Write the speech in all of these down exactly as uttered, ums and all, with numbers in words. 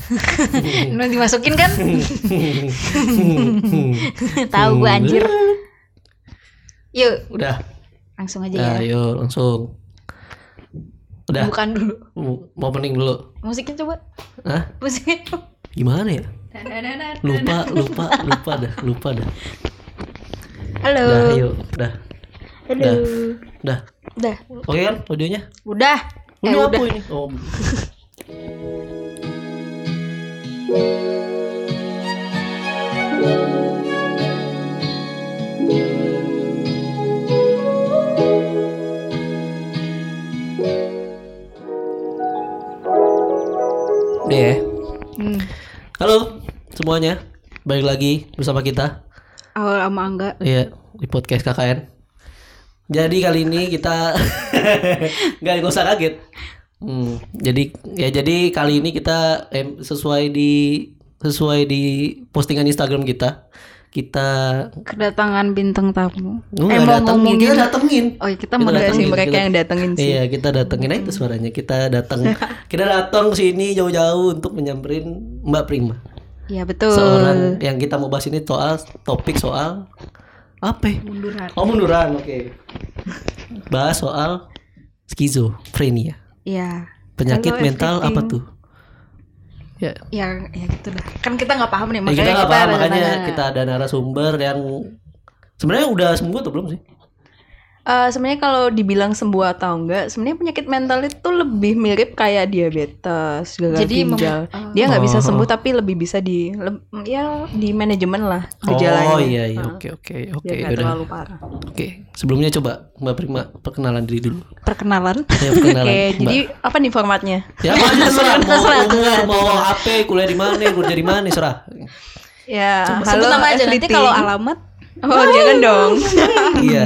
Lu dimasukin kan? Tahu gue anjir. Yuk. Udah. Langsung aja nah, ya. Yuk langsung. Udah. Bukan dulu. Mau opening dulu. Musiknya coba. Hah? Musiknya. Gimana ya? Lupa, lupa, lupa dah, lupa dah. Halo. Udah, yuk, udah. Halo. Udah. Udah. Udah. Oke kan audionya? Udah. Ini Eh, apa udah. ini? Oh. Udah ya. Hmm. Halo semuanya, balik lagi bersama kita. Awal sama Angga. Iya, di podcast K K N. Jadi kali ini kita nggak nggak usah kaget. Hmm, jadi ya jadi kali ini kita eh, sesuai di sesuai di postingan Instagram kita kita Kedatangan bintang tamu. nggak eh, mau datengin, ngomongin. kita datengin. Oh iya, kita Kita mau Enggak sih, datengin, mereka kita- yang datengin sih. Iya, kita datengin aja itu suaranya. Kita datang kita datang ke sini jauh-jauh untuk menyamperin Mbak Prima. Iya betul. Seorang yang kita mau bahas ini soal topik soal apa? ya? Munduran. Oh munduran, oke. Bahas soal skizofrenia. Iya. Penyakit Halo, mental everything. apa tuh? Ya, Ya, ya gitu dah. Kan kita nggak paham nih, ya makanya kita nggak kita paham, ada makanya tanya. kita ada narasumber yang sebenarnya udah sembuh atau belum sih? Eh, sebenarnya kalau dibilang sembuh atau enggak, sebenarnya penyakit mental itu lebih mirip kayak diabetes, gagal Jadi mem- ginjal. oh. Dia nggak bisa Oh. sembuh tapi lebih bisa di lem- ya di manajemen lah Oh gejalanya. iya iya, Nah, oke oke oke, biar nggak yaudah. terlalu parah. Oke, sebelumnya coba Mbak Prima perkenalan diri dulu. Perkenalan. Ya, perkenalan. Oke, Mbak. jadi apa nih formatnya? Ya apa aja terserah, mau Terserah, umur, terserah, mau A P, kuliah di mana, kerja di mana, serah. Ya, Sebut halo nama aja, nanti everything. kalau alamat. Oh, jangan dong. Iya.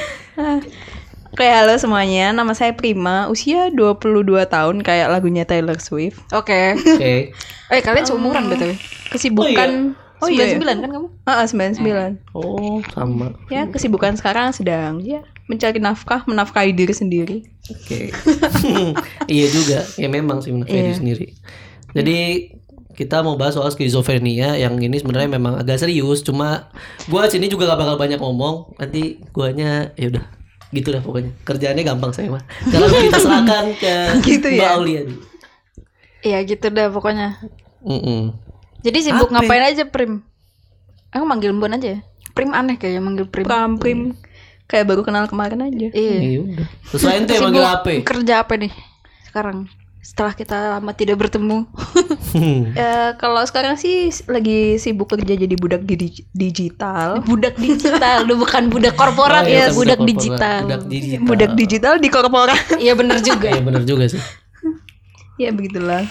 Oke, halo semuanya. Nama saya Prima, usia dua puluh dua tahun kayak lagunya Taylor Swift. Oke. Oke. Eh, kalian seumuran btw. Kesibukan Oh iya. sembilan kan kamu? Heeh, sembilan puluh sembilan. Oh, sama. Ya, kesibukan sekarang sedang ya mencari nafkah, menafkahi diri sendiri. Oke. Iya juga. Ya memang sih menafkahi diri Iya. sendiri. Jadi kita mau bahas soal skizofrenia yang ini sebenarnya memang agak serius. Cuma gua sini juga gak bakal banyak ngomong. Nanti guanya ya udah gitu dah pokoknya. Kerjaannya gampang saya mah. Sekarang kita serahkan ke Gitu Mbak ya? Aulia dulu. Iya gitu dah pokoknya. Mm-mm. Jadi sibuk Apa? ngapain aja, Prim? Aku manggil Mbon aja ya. Prim aneh kayaknya manggil Prim. Pram Prim kayak baru kenal kemarin aja. Iya. Ya udah. Terus lain tuh yang manggil Sibuk apa? kerja apa nih sekarang? Setelah kita lama tidak bertemu. Ya, kalau sekarang sih lagi sibuk kerja jadi budak di- digital. Budak digital, lu bukan budak korporat Oh, iya, ya, bukan budak korporat, digital. Budak digital. Budak digital di korporat. Iya bener juga. Iya benar juga sih. Ya begitulah.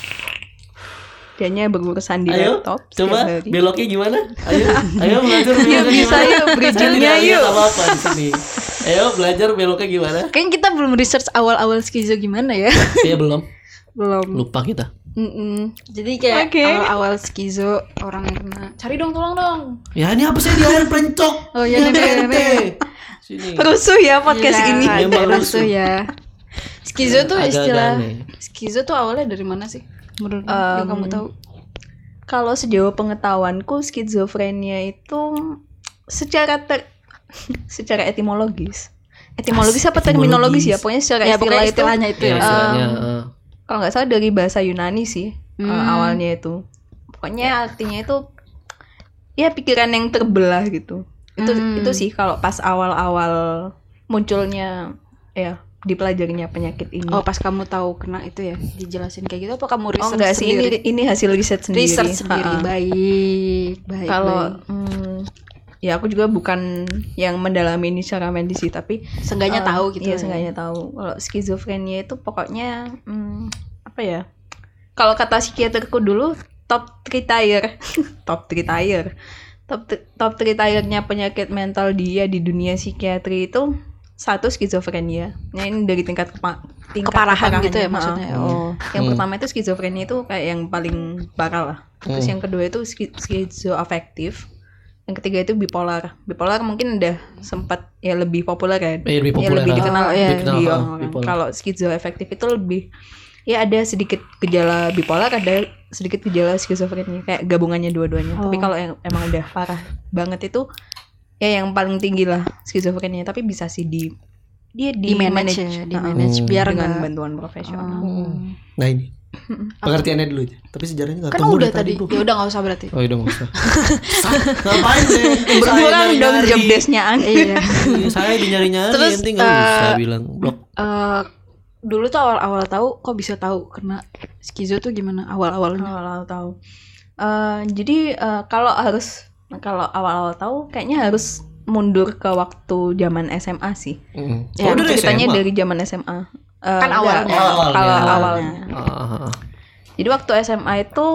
Dianya berurusan di Ayo, laptop coba setiap hari. beloknya gimana? Ayo, ayo belajar beloknya Yuk, bisa, gimana? yuk, bridging-nya, Saya tidak lihat yuk. apa-apa di sini. Ayo belajar beloknya gimana? Kayaknya kita belum research awal-awal skizo gimana ya. Iya belum, Belum. lupa kita. Mm-mm. Jadi kayak Oke. awal-awal skizo orang yang kena. Cari dong, tolong dong. Ya ini apa sih di air pelencok? Oh, iya, Ini iya, iya, B N T. iya. Sini. Rusuh ya podcast Iya, ini. agak Memang rusuh ya. Skizo tuh Agak-agak istilah. aneh. Skizo tuh awalnya dari mana sih? Menurut Um, yang kamu tahu? Kalau sejauh pengetahuanku skizofrenia itu secara ter secara etimologis. Etimologis apa terminologis ya? Pokoknya secara Ya, istilah pokoknya itu istilahnya itu Ya ya. istilahnya. Um, eh. kalau nggak salah dari bahasa Yunani sih uh, Hmm. awalnya itu. Pokoknya artinya itu ya pikiran yang terbelah gitu. Itu Hmm. itu sih kalau pas awal-awal munculnya ya dipelajarinya penyakit ini. Oh, pas kamu tahu kena itu ya, dijelasin kayak gitu apa kamu Oh, research enggak sih, ini sendiri? ini hasil riset sendiri. Research sendiri. Ha-ha. Baik, baik. Kalau baik. hmm, ya aku juga bukan yang mendalami ini secara medis sih, tapi Seenggaknya eh, tahu gitu. ya. Iya, seenggaknya tahu. Kalau skizofrenia itu pokoknya hmm, apa ya? Kalau kata psikiaterku dulu top three tier. top three tier. Top t- top three tier-nya penyakit mental dia di dunia psikiatri itu satu skizofrenia. Nah, ini dari tingkat kepa- tingkat Keparahan gitu ya keparahannya, maksudnya. ha-ha. Oh. Yang Hmm. pertama itu skizofrenia itu kayak yang paling parah lah. Terus Hmm. yang kedua itu ski- skizoafektif. Yang ketiga itu bipolar. Bipolar mungkin udah sempat ya lebih populer ya. Eh, lebih Ya, populer. lebih ah. dikenal ya, Lebih dikenal, di ah, orang-orang. bipolar. Kalau skizoafektif itu lebih ya ada sedikit gejala bipolar, ada sedikit gejala skizofrenia, kayak gabungannya dua-duanya. Oh. Tapi kalau yang emang udah parah banget itu ya yang paling tinggi lah skizofrenia, tapi bisa sih di dia Di di, manage ya, di manage Hmm. biar dengan nggak- bantuan profesional. Oh. Nah ini pengertiannya dulu aja. Tapi sejarahnya nggak Kan ketemu udah dari tadi. bro. Ya udah nggak usah berarti. Oh udah nggak usah. Ngapain deh? Berkurang dong job desk-nya Anggi. Iya. Saya dinyari-nyari, Terus, nanti nggak usah eh, bilang blok. Eh, dulu tuh awal-awal tahu, kok bisa tahu karena skizo tuh gimana awal-awalnya? Awal-awal tahu. Eh, jadi eh, kalau harus kalau awal-awal tahu kayaknya harus mundur ke waktu zaman S M A sih. Mm. Ya, Oh, dari ceritanya S M A? dari zaman S M A. Eh, Kan enggak, awalnya. kalau- Awalnya. Kalau Awalnya. awalnya. Ah, ah, ah. Jadi waktu S M A itu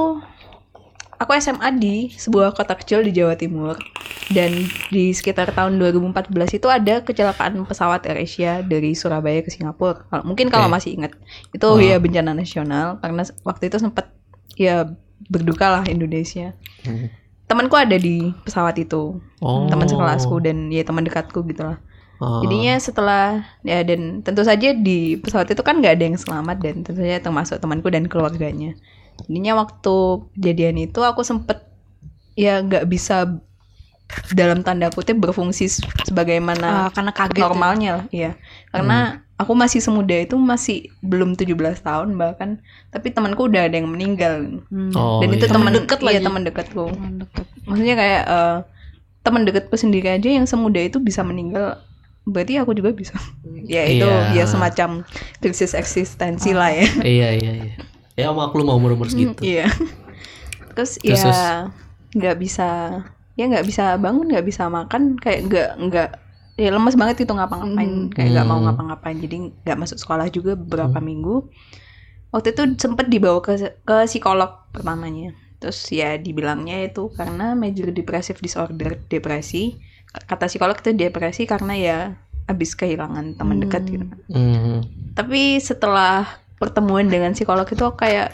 aku S M A di sebuah kota kecil di Jawa Timur, dan di sekitar tahun dua ribu empat belas itu ada kecelakaan pesawat AirAsia dari Surabaya ke Singapura. Kalau- Mungkin kalau Oke. masih ingat itu Oh. ya bencana nasional karena waktu itu sempat ya berduka lah Indonesia. Hmm. Temanku ada di pesawat itu, Oh. teman sekelasku dan ya teman dekatku gitulah. Ah. Jadinya setelah ya dan tentu saja di pesawat itu kan nggak ada yang selamat dan tentu saja termasuk temanku dan keluarganya. Jadinya waktu kejadian itu aku sempet ya nggak bisa dalam tanda kutip berfungsi s- sebagaimana Ah, karena kaget. ya? normalnya lah, iya. Karena aku masih semuda itu, masih belum tujuh belas tahun bahkan, tapi temanku udah ada yang meninggal. Hmm. Oh, dan itu iya. teman Temen deket iya, lagi. teman dekatku. Teman deket. Maksudnya kayak eh, teman dekatku sendiri aja yang semuda itu bisa meninggal, berarti aku juga bisa. Ya itu Iya. ya semacam krisis eksistensi lah ya. Iya iya iya. Ya maklum mau umur-umur segitu. Iya. Terus Terus, terus. ya nggak bisa, ya nggak bisa bangun, nggak bisa makan, kayak nggak nggak ya lemes banget itu ngapa-ngapain, Hmm. kayak nggak mau Hmm. ngapa-ngapain, jadi nggak masuk sekolah juga beberapa minggu. Waktu itu sempet dibawa ke ke psikolog pertamanya. Terus ya dibilangnya itu karena major depressive disorder, depresi. Kata psikolog itu depresi karena ya abis kehilangan teman dekat gitu. Hmm. Tapi setelah pertemuan dengan psikolog itu aku kayak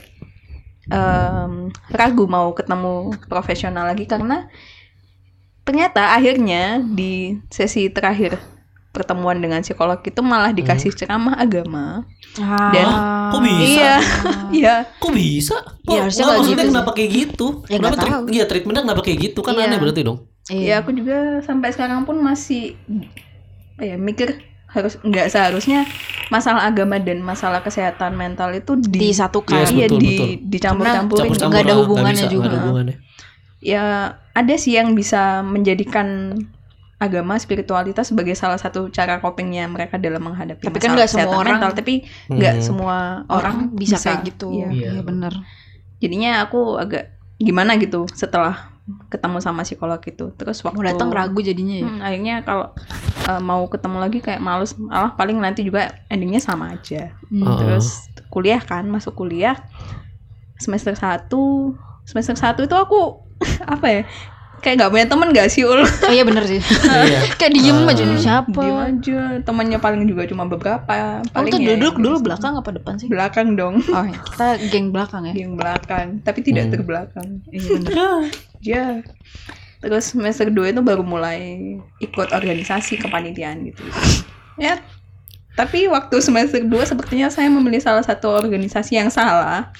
em, ragu mau ketemu profesional lagi karena ternyata akhirnya di sesi terakhir pertemuan dengan psikolog itu malah dikasih ceramah agama. Ah. Dan Kok bisa? iya, iya. Kok bisa? Kok, Ya, harusnya nggak, nggak maksudnya gitu kenapa kayak gitu? Ya, kenapa nggak tahu. Iya treatmentnya kenapa kayak gitu? Kan Iya. aneh berarti dong. Ya aku juga sampai sekarang pun masih apa ya mikir harus nggak seharusnya masalah agama dan masalah kesehatan mental itu di disatukan. Yes, iya betul, di betul. dicampur-campurin. Campur-campur. Campur-campur Nggak ada lah, hubungannya bisa, juga. nggak ada hubungannya. Ya ada sih yang bisa menjadikan agama, spiritualitas sebagai salah satu cara copingnya mereka dalam menghadapi Tapi kan masalah nggak semua kesehatan orang- mental, tapi nggak Hmm. semua orang bisa, kayak gitu. Iya. Iya, Iya. benar. Jadinya aku agak gimana gitu setelah ketemu sama psikolog itu. Terus waktu Mau datang ragu jadinya ya. Hmm, akhirnya kalau uh, mau ketemu lagi kayak males, malah paling nanti juga endingnya sama aja. Hmm. Oh. Terus kuliah kan, masuk kuliah semester satu semester satu itu aku apa ya, kayak nggak punya temen gak sih Ul? Oh, iya benar sih. Iya. Kayak diem Ah. aja nih siapa. Diem aja, temennya paling juga cuma beberapa. Kamu Paling tuh ya duduk yang dulu gitu. belakang apa depan sih? Belakang dong. Oh, iya. Kita geng belakang ya. Di yang belakang, tapi tidak Hmm. terbelakang. Iya benar. Ya. Terus semester dua itu baru mulai ikut organisasi kepanitiaan gitu. Ya. Tapi waktu semester dua sepertinya saya memilih salah satu organisasi yang salah.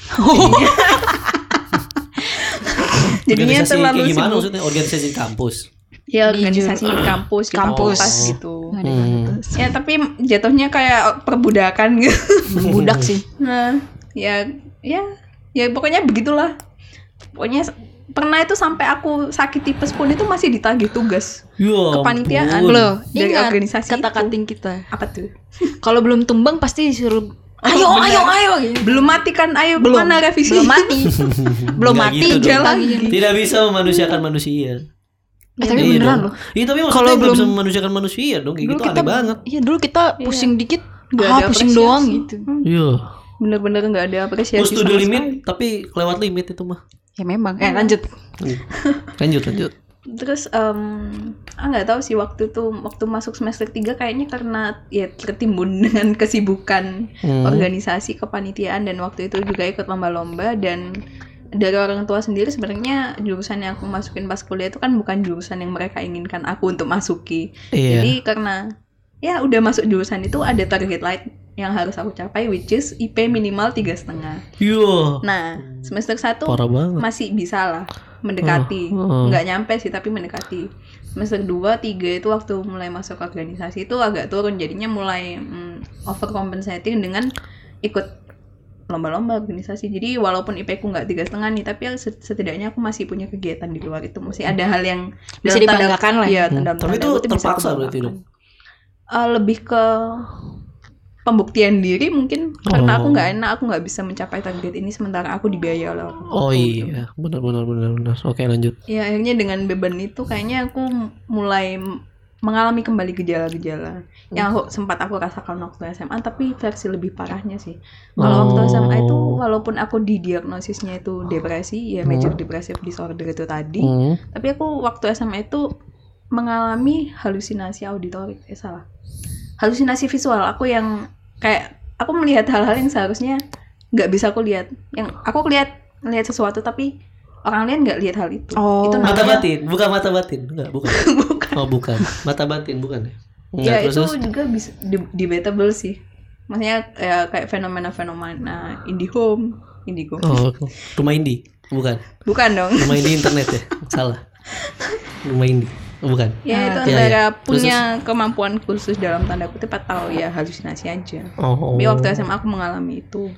Jadinya Organisasi terlalu kayak gimana sibuk. maksudnya? Organisasi di kampus. Ya Di organisasi di kampus, gitu, Kampus. pas gitu. Nggak ada Hmm. kampus. Ya tapi jatuhnya kayak perbudakan gitu. Budak sih. Nah, ya ya ya pokoknya begitulah. Pokoknya s- pernah itu sampai aku sakit tipes pun itu masih ditagih tugas Ya kepanitiaan ampun. Loh, dari ingat organisasi kata itu. kating kita. Apa tuh? Kalau belum tumbang pasti disuruh ayo Oh, benar. ayo ayo gitu. Belum mati kan? Ayo Belum kemana revisi? Belum mati. belum Nggak mati gitu dong. jalan lagi. Tidak bisa memanusiakan manusia. Eh, tapi Iya beneran dong. loh. Iya tapi Kalau maksudnya nggak belum- bisa memanusiakan manusia dong. Kayak Dulu gitu kita aneh banget. Iya, dulu kita pusing dikit Nggak ah ada pusing apresiasi. doang gitu. Iya. Bener-bener nggak ada apresiasi Push to the sama limit sekali. tapi kelewat limit itu mah. Ya memang. Eh lanjut. Lanjut lanjut. Terus em, ah nggak tahu sih waktu itu waktu masuk semester tiga kayaknya karena ya tertimbun dengan kesibukan Hmm. organisasi kepanitiaan dan waktu itu juga ikut lomba-lomba, dan dari orang tua sendiri sebenarnya jurusan yang aku masukin pas kuliah itu kan bukan jurusan yang mereka inginkan aku untuk masuki. Iya. Jadi karena ya udah masuk jurusan itu ada target lain yang harus aku capai, which is I P minimal tiga setengah. Yo. Nah semester satu Parah banget. masih bisa lah mendekati, Uh, uh. nggak nyampe sih tapi mendekati. Semester dua, tiga itu waktu mulai masuk organisasi itu agak turun, jadinya mulai mm, overcompensating dengan ikut lomba-lomba organisasi. Jadi walaupun I P ku nggak tiga setengah nih, tapi setidaknya aku masih punya kegiatan di luar itu, masih ada hal yang Bisa dalam tanda- dibanggakan lah. Iya, Hmm. dalam Tapi tanda itu kutip bisa terpaksa aku berarti banggakan. dong? Eh, lebih ke pembuktian diri mungkin, karena aku Oh. nggak enak, aku nggak bisa mencapai target ini sementara aku dibiayai oleh orang Oh tua. iya, benar benar benar benar. Oke, lanjut. Ya akhirnya dengan beban itu kayaknya aku mulai m- mengalami kembali gejala-gejala yang aku, sempat aku rasakan waktu S M A, tapi versi lebih parahnya sih. Kalau waktu S M A itu walaupun aku didiagnosisnya itu depresi, ya major depressive disorder itu tadi, Hmm. tapi aku waktu S M A itu mengalami halusinasi auditorik, eh salah, halusinasi visual. Aku yang kayak aku melihat hal-hal yang seharusnya nggak bisa aku lihat, yang aku lihat lihat sesuatu tapi orang lain nggak lihat hal itu. Oh. Itu Mata namanya batin, bukan mata batin. Enggak, bukan. bukan. Oh, bukan. Mata batin bukan ya? Ya Enggak, itu terus, terus? juga bisa de- debatable sih. Maksudnya ya, kayak fenomena-fenomena IndiHome, Indigo. Oh, rumah Indi. Bukan. Bukan dong. Rumah Indi internet ya? Salah. Rumah Indi. Oh, bukan. Ya itu Ya, antara ya. Terus, punya kemampuan khusus dalam tanda kutip atau ya halusinasi aja. Oh. Tapi waktu S M A aku mengalami itu.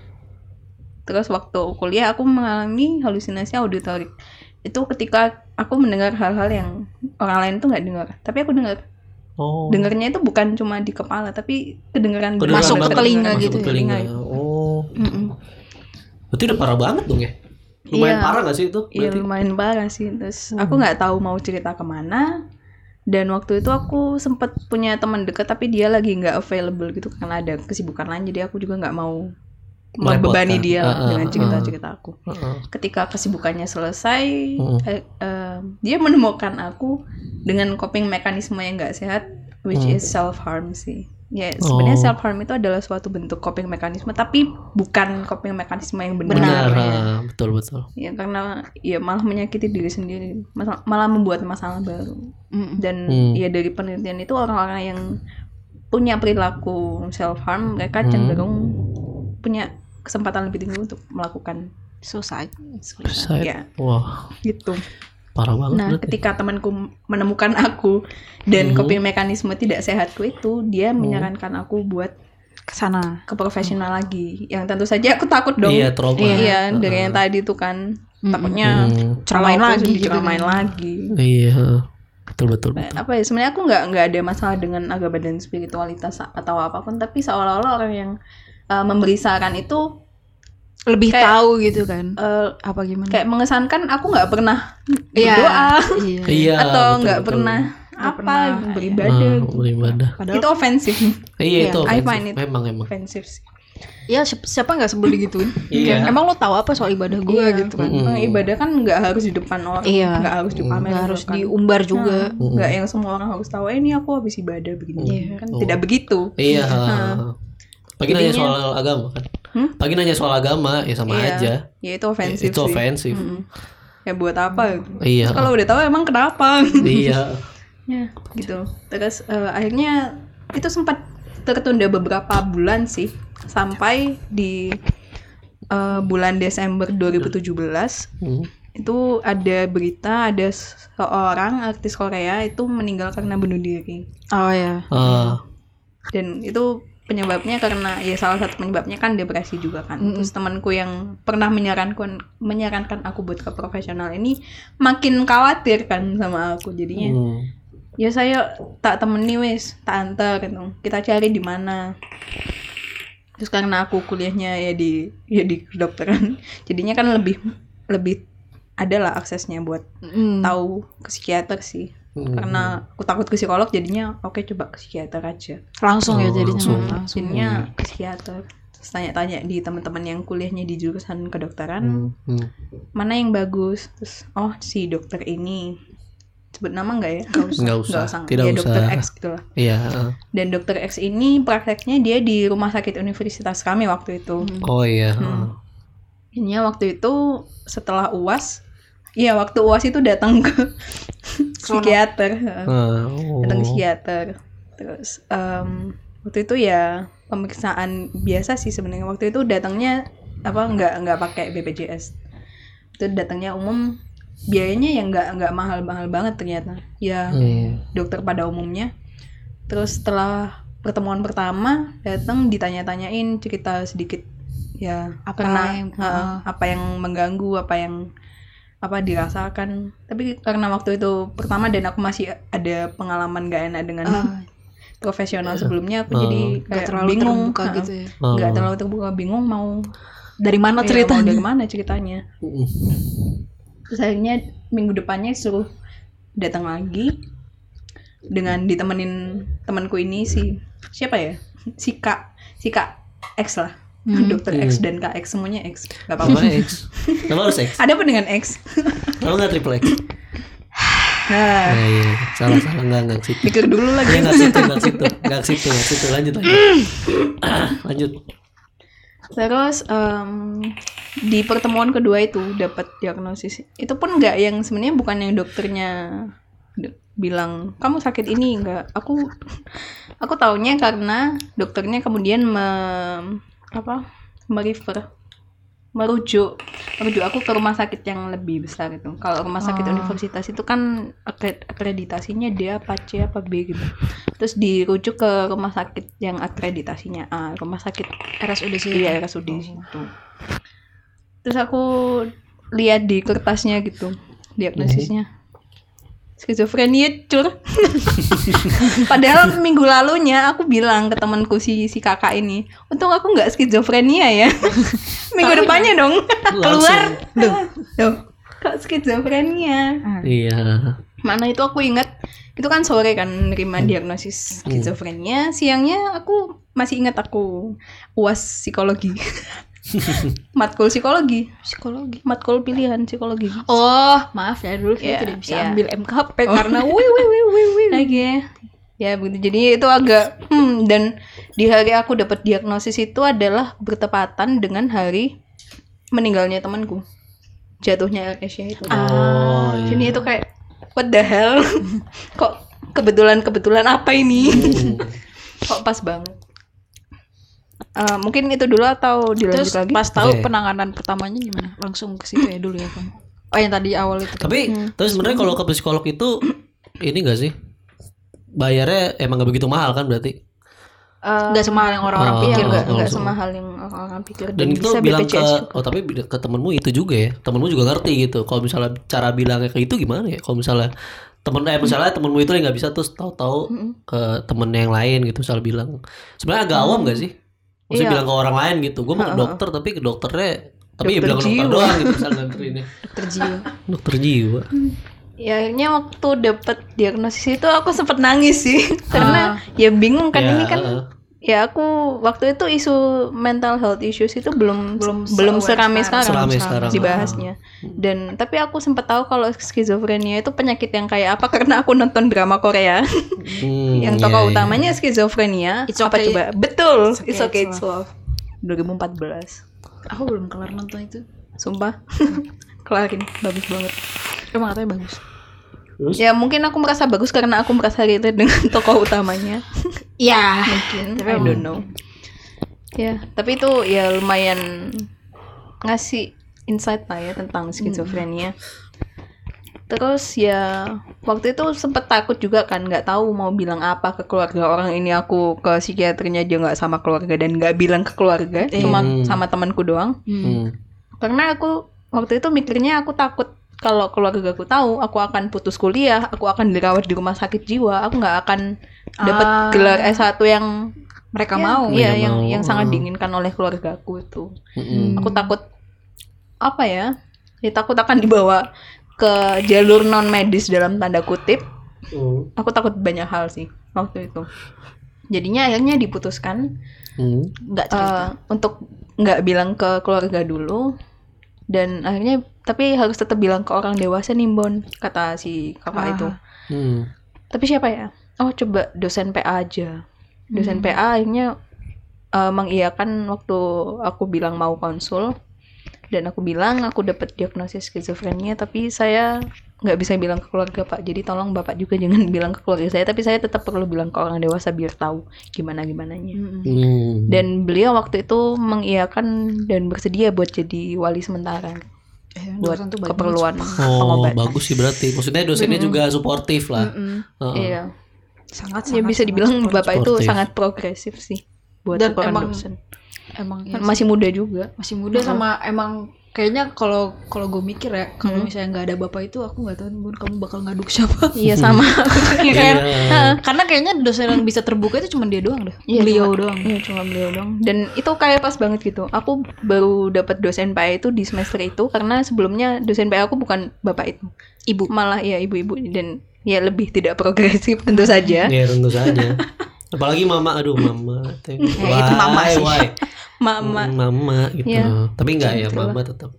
Terus waktu kuliah aku mengalami halusinasi auditorik. Itu ketika aku mendengar hal-hal yang orang lain tuh nggak dengar, tapi aku dengar. Oh. Dengarnya itu bukan cuma di kepala, tapi kedengaran Kedengeran Masuk ke banget. telinga Masuk gitu ke ya. telinga. Telinga. Oh. Mm-mm. Berarti udah parah banget dong ya? Lumayan Iya. parah gak sih itu? Iya Berarti? lumayan parah sih. Terus aku nggak tahu mau cerita kemana. Dan waktu itu aku sempat punya teman dekat tapi dia lagi nggak available gitu karena ada kesibukan lain. Jadi aku juga nggak mau membebani Merepotkan. dia Ah, ah, dengan ah. cerita-cerita aku. Heeh. Ketika kesibukannya selesai, Mm. eh, eh, dia menemukan aku dengan coping mekanisme yang nggak sehat, which Mm. is self harm sih. Ya sebenarnya Oh. self harm itu adalah suatu bentuk coping mekanisme, tapi bukan coping mekanisme yang benar. Benar, ya. ah, betul betul. Ya karena ya malah menyakiti diri sendiri, masalah- malah membuat masalah baru. Mm. Dan Hmm. ya dari penelitian itu orang-orang yang punya perilaku self harm mereka Hmm. cenderung punya kesempatan lebih tinggi untuk melakukan Suicide. Suicide. ya Wah, gitu. parah banget. Nah berarti. ketika temanku menemukan aku dan Hmm. coping mekanisme tidak sehatku itu, dia menyarankan aku buat Kesana. ke profesional lagi. Yang tentu saja aku takut dong. Iya, trauma. Iya, Heeh. dari yang tadi tuh kan Mm-mm. takutnya Hmm. Ceramain kalau aku lagi gitu diceramain kan. lagi. Iya, betul betul. betul. Apa ya sebenarnya aku nggak nggak ada masalah dengan agama dan spiritualitas atau apapun, tapi seolah-olah orang yang uh, memberi saran itu Lebih Kayak- tahu gitu kan. uh, Apa gimana? kayak mengesankan aku nggak pernah Iya. berdoa Iya. Iya. atau betul, nggak betul. pernah Nggak apa pernah, beribadah Ah, gitu. beribadah. Padahal Itu ofensif, Iya, Iya, itu I offensive. find it. Memang emang. ofensif sih. ya siapa, siapa nggak sebel digituin? Iya. Kayak, emang lo tahu apa soal ibadah gue Iya. gitu kan? Mm-mm. Emang ibadah kan nggak harus di depan orang, Iya. nggak harus dipamerin, Nggak harus kan. diumbar juga. Nah, nggak yang semua orang harus tahu. Eh, ini aku habis ibadah begini, Iya. kan Oh. tidak begitu. Iya. Pagi nanya Jadinya- soal agama kan? Hmm? Pagi nanya soal agama ya sama Iya. aja. Ya itu ofensif Itu sih. ofensif. Mm-mm. Ya buat apa gitu. Iya. Terus kalau udah tahu emang kenapa? Iya. Ya gitu. Terus eh, akhirnya itu sempat tertunda beberapa bulan sih, sampai di eh, bulan Desember dua ribu tujuh belas Hmm. itu ada berita ada seorang artis Korea itu meninggal karena bunuh diri. Oh ya. Ah, Dan itu penyebabnya karena ya salah satu penyebabnya kan depresi juga kan. Mm-mm. Terus temanku yang pernah menyarankan menyarankan aku buat ke profesional ini makin khawatir kan sama aku, jadinya hmm. ya saya tak temeni wis, tak antar gitu. Kita cari di mana. Terus karena aku kuliahnya ya di ya di kedokteran, jadinya kan lebih lebih adalah aksesnya buat Mm. tahu ke psikiater sih. Hmm. Karena aku takut ke psikolog, jadinya oke coba ke psikiater aja. Langsung ya Oh, jadinya langsung. mah, langsung. Jadinya ke psikiater. Terus tanya-tanya di teman-teman yang kuliahnya di jurusan kedokteran, Hmm. Hmm. mana yang bagus. Terus oh si dokter ini, sebut nama nggak ya? Nggak usah. Nggak usah, tidak ya, usah. dokter X gitu lah. Iya. ah. Dan dokter X ini prakteknya dia di rumah sakit universitas kami waktu itu. Oh iya. Hmm. Jadinya waktu itu setelah U A S, iya waktu U A S itu datang ke psikiater. Ah, oh. Datang ke psikiater. Terus em, waktu itu ya pemeriksaan biasa sih sebenarnya. Waktu itu datangnya apa nggak nggak pakai B P J S. Itu datangnya umum, biayanya ya nggak nggak mahal-mahal banget ternyata. Ya Hmm. dokter pada umumnya. Terus setelah pertemuan pertama datang ditanya-tanyain cerita sedikit ya Apa karena yang- ha, apa yang mengganggu, apa yang apa dirasakan. Tapi karena waktu itu pertama dan aku masih ada pengalaman gak enak dengan Ah, profesional sebelumnya, aku Oh. jadi nggak kayak terlalu bingung terbuka ha, gitu ya. Oh. nggak terlalu terbuka, bingung mau Dari mana iya, mau ceritanya? dari mana ceritanya. Mm. Terus akhirnya minggu depannya suruh datang lagi dengan ditemenin temanku ini si siapa ya, si kak si kak X lah. Hmm. Dokter X dan Kak X semuanya X, nggak apa-apa. Apa X? Kenapa harus X? Ada apa dengan X? Kalau nggak triple X? Nah, Nah, iya. Salah salah nggak nggak ke situ. pikir dulu lagi. Iya nggak ke situ nggak ke situ nggak ke situ nggak ke situ lanjut lanjut. Lanjut. Terus em, di pertemuan kedua itu dapat diagnosis. Itu pun nggak yang sebenarnya bukan yang dokternya d- bilang kamu sakit ini, enggak. Aku aku taunya karena dokternya kemudian me, apa? merefer merujuk merujuk aku ke rumah sakit yang lebih besar itu. Kalau rumah sakit Oh. universitas itu kan akre- akreditasinya dia apa C apa B gitu. Terus dirujuk ke rumah sakit yang akreditasinya A, rumah sakit R S U D sih. iya R S U D situ. Terus aku lihat di kertasnya gitu diagnosisnya skizofrenia cur. Padahal minggu lalunya aku bilang ke temanku si si kakak ini, untung aku nggak skizofrenia ya. Minggu depannya dong keluar, tuh kok skizofrenia. Iya. Mana itu aku ingat itu kan sore kan nerima diagnosis skizofrenia, siangnya aku masih ingat aku uas psikologi. Matkul psikologi, Psikologi. matkul pilihan psikologi. Oh, maaf ya dulu Iya, saya tidak bisa iya. ambil M K P Oh. karena wih wih wih wih wih. Oke. Ya begitu. Jadi itu agak hmm dan di hari aku dapat diagnosis itu adalah bertepatan dengan hari meninggalnya temanku. Jatuhnya Asia itu. Oh, iya. Jadi itu kayak what the hell? Kok kebetulan-kebetulan apa ini? Hmm. Kok pas banget. Eh, mungkin itu dulu atau dilanjut Terus lagi? pas tahu Oke. penanganan pertamanya gimana? Langsung ke situ ya dulu ya, Bang. Oh, yang tadi awal itu. Tapi tapi sebenarnya kalau ke psikolog itu ini enggak sih? Bayarnya emang nggak begitu mahal kan berarti? Eh, Enggak semahal yang orang-orang Oh, iya, pikir. oh, enggak oh, enggak langsung. semahal yang orang-orang pikir Dan itu bisa bilang B P J ke S juga. oh tapi ke temenmu itu juga ya. Temenmu juga ngerti gitu. Kalau misalnya cara bilangnya ke itu gimana ya? Kalau misalnya temen eh misalnya temenmu itu yang nggak bisa terus tahu-tahu ke temen yang lain gitu misalnya bilang. Sebenarnya agak awam nggak sih? Maksudnya Iya. bilang ke orang lain gitu. Gue mau ke dokter tapi ke dokternya tapi ya Dokter bilang ke dokter jiwa. doang gitu misalnya dokter ini. Dokter jiwa. Dokter jiwa. Ya akhirnya waktu dapet diagnosis itu aku sempet nangis sih karena ya bingung kan Ya, ini kan uh. ya aku waktu itu isu mental health issues itu belum Belum belum se-aware serame sekarang. sekarang, Serame sekarang. dibahasnya dan tapi aku sempet tahu kalau skizofrenia itu penyakit yang kayak apa karena aku nonton drama Korea Hmm, yang iya, tokoh iya. utamanya skizofrenia. It's Apa okay. coba? Betul, It's It's okay, Okay it's It's Love dua ribu empat belas. Aku belum kelar nonton itu. Sumpah kelarin, bagus banget. Emang katanya bagus. Terus? Ya mungkin aku merasa bagus karena aku merasa relate dengan tokoh utamanya. Ya. Mungkin, Tapi I emang- don't know. Ya, tapi itu ya lumayan ngasih insight lah ya tentang skizofrenia. Terus ya waktu itu sempet takut juga kan, nggak tahu mau bilang apa ke keluarga. Orang ini aku ke psikiaternya aja nggak sama keluarga dan nggak bilang ke keluarga, cuma Hmm. sama temanku doang. Hmm. Karena aku waktu itu mikirnya aku takut kalau keluarga aku tahu, aku akan putus kuliah, aku akan dirawat di rumah sakit jiwa, aku nggak akan dapat Ah. gelar S satu yang Mereka ya, mau. iya, Mereka yang mau. yang sangat diinginkan oleh keluarga aku itu. Hmm. Aku takut apa ya? Ya takut akan dibawa ke jalur non medis dalam tanda kutip. Hmm. Aku takut banyak hal sih waktu itu. Jadinya akhirnya diputuskan Hmm. Enggak cerita. eh, untuk nggak bilang ke keluarga dulu, dan akhirnya tapi harus tetap bilang ke orang dewasa nih Bon, kata si kakak Ah. itu. Hmm. Tapi siapa ya? Oh coba dosen P A aja. Dosen P A akhirnya eh, mengiyakan waktu aku bilang mau konsul, dan aku bilang aku dapat diagnosis skizofrenia, tapi saya nggak bisa bilang ke keluarga Pak. Jadi tolong Bapak juga jangan bilang ke keluarga saya, tapi saya tetap perlu bilang ke orang dewasa biar tahu gimana gimananya. Hmm. Dan beliau waktu itu mengiyakan dan bersedia buat jadi wali sementara Eh, buat dosen tuh baik keperluan Oh, pengobatan. bagus sih berarti. Maksudnya dosennya juga suportif lah. Heeh. Iya. sangat Ya bisa dibilang Bapak itu sportif. sangat progresif sih buat Dan seorang emang- dosen. emang iya Masih muda juga. masih muda sama emang kayaknya kalau kalau gue mikir ya kalau Hmm. misalnya nggak ada bapak itu aku nggak tahu nih Bun kamu bakal ngadu ke siapa. Iya sama. Iya kan? Iya. Karena kayaknya dosen yang bisa terbuka itu cuma dia doang deh. Iya, Beliau cuma- doang. Iya cuma beliau doang. Dan itu kayak pas banget gitu. Aku baru dapat dosen P A itu di semester itu karena sebelumnya dosen P A aku bukan bapak itu, ibu. Malah ya ibu-ibu dan ya lebih tidak progresif tentu saja. Ya tentu saja. Apalagi mama, aduh mama. Teh. Ya, itu mama Why, sih. why? Mama. Hmm, mama gitu. Iya. Tapi enggak ya, Itulah. mama tetap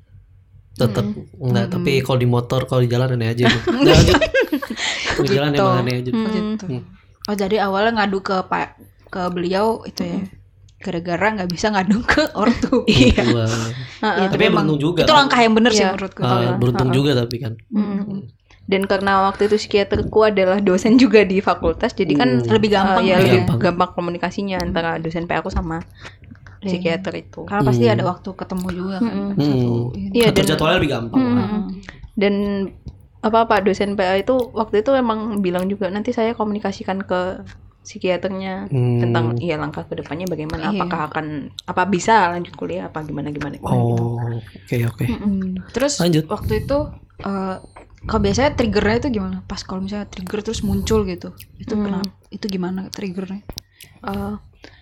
tetap enggak, tapi kalau di motor, kalau di jalan aneh aja. Enggak lanjut. Di jalan Gitu. emang aneh aja. Hmm. Gitu. Oh jadi awalnya ngadu ke pak ke beliau itu ya gara-gara nggak bisa ngadu ke ortu. Iya. Wah. Heeh. Tapi beruntung juga. Itu kan? langkah yang bener sih Iya. menurutku. Ah, beruntung juga tapi kan. Mm. Dan karena waktu itu psikiaterku adalah dosen juga di fakultas, jadi kan Hmm. Lebih gampang eh, ya ya. lebih Gampang. gampang komunikasinya antara dosen P A aku sama psikiater itu. Karena pasti Hmm. ada waktu ketemu juga kan. Mm-mm. Satu, Hmm. ini. Iya, Atur dan- jadwalnya lebih gampang. Mm. lah. Dan apa Pak dosen P A itu waktu itu emang bilang juga nanti saya komunikasikan ke psikiaternya Hmm. tentang iya langkah kedepannya bagaimana, Iya. apakah akan apa bisa lanjut kuliah apa gimana gimana. gimana gitu. Oh, oke oke. Hmm. Terus Lanjut. waktu itu eh kalau biasanya triggernya itu gimana? Pas kalau misalnya trigger terus muncul gitu, itu Hmm. kenapa? Itu gimana triggernya? Eh,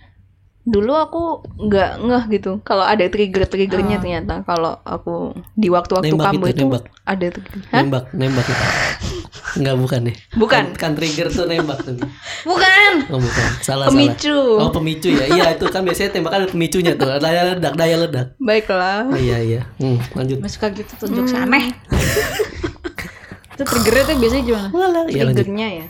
dulu aku nggak ngeh gitu kalau ada trigger-triggernya Ah. ternyata kalau aku di waktu-waktu Nembak kambuh itu, itu nembak. ada trigger. Hah? Nembak, nembak itu. Enggak bukan nih. Bukan. Kan, kan trigger tuh nembak tuh. Bukan. Oh bukan. Salah Pemicu. salah. Oh pemicu ya. Iya itu kan biasanya tembakan ada pemicunya tuh. Daya ledak, daya ledak. Baiklah. Oh, iya iya. Hmm, lanjut. Mas suka gitu tunjuk si aneh. Itu triggernya tuh biasanya gimana? Iya lanjut. Triggernya ya.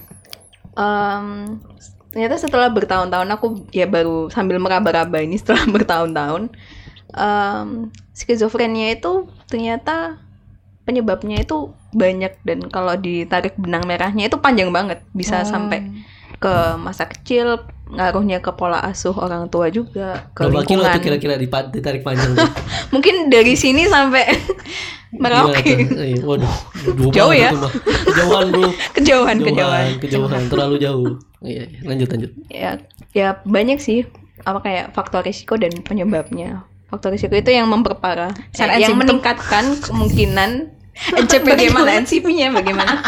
Em, ternyata setelah bertahun-tahun aku ya baru sambil meraba-raba ini setelah bertahun-tahun em, skizofrenia itu ternyata penyebabnya itu banyak dan kalau ditarik benang merahnya itu panjang banget bisa Oh. sampai ke masa kecil, ngaruhnya ke pola asuh orang tua juga, ke Berapa kilo lingkungan. tuh kira-kira dipa- ditarik panjang tuh? Mungkin dari sini sampai Merauke. Gimana tuh? Iya, waduh, jauh Jauh banget ya? itu mah. Kejauhan bro. Kejauhan, kejauhan. kejauhan, terlalu jauh. Iya, iya. lanjut lanjut. Ya, ya banyak sih apa kayak faktor risiko dan penyebabnya. Faktor risiko itu yang memperparah, Sign eh, and yang symptom. meningkatkan kemungkinan N C P bagaimana N C P-nya bagaimana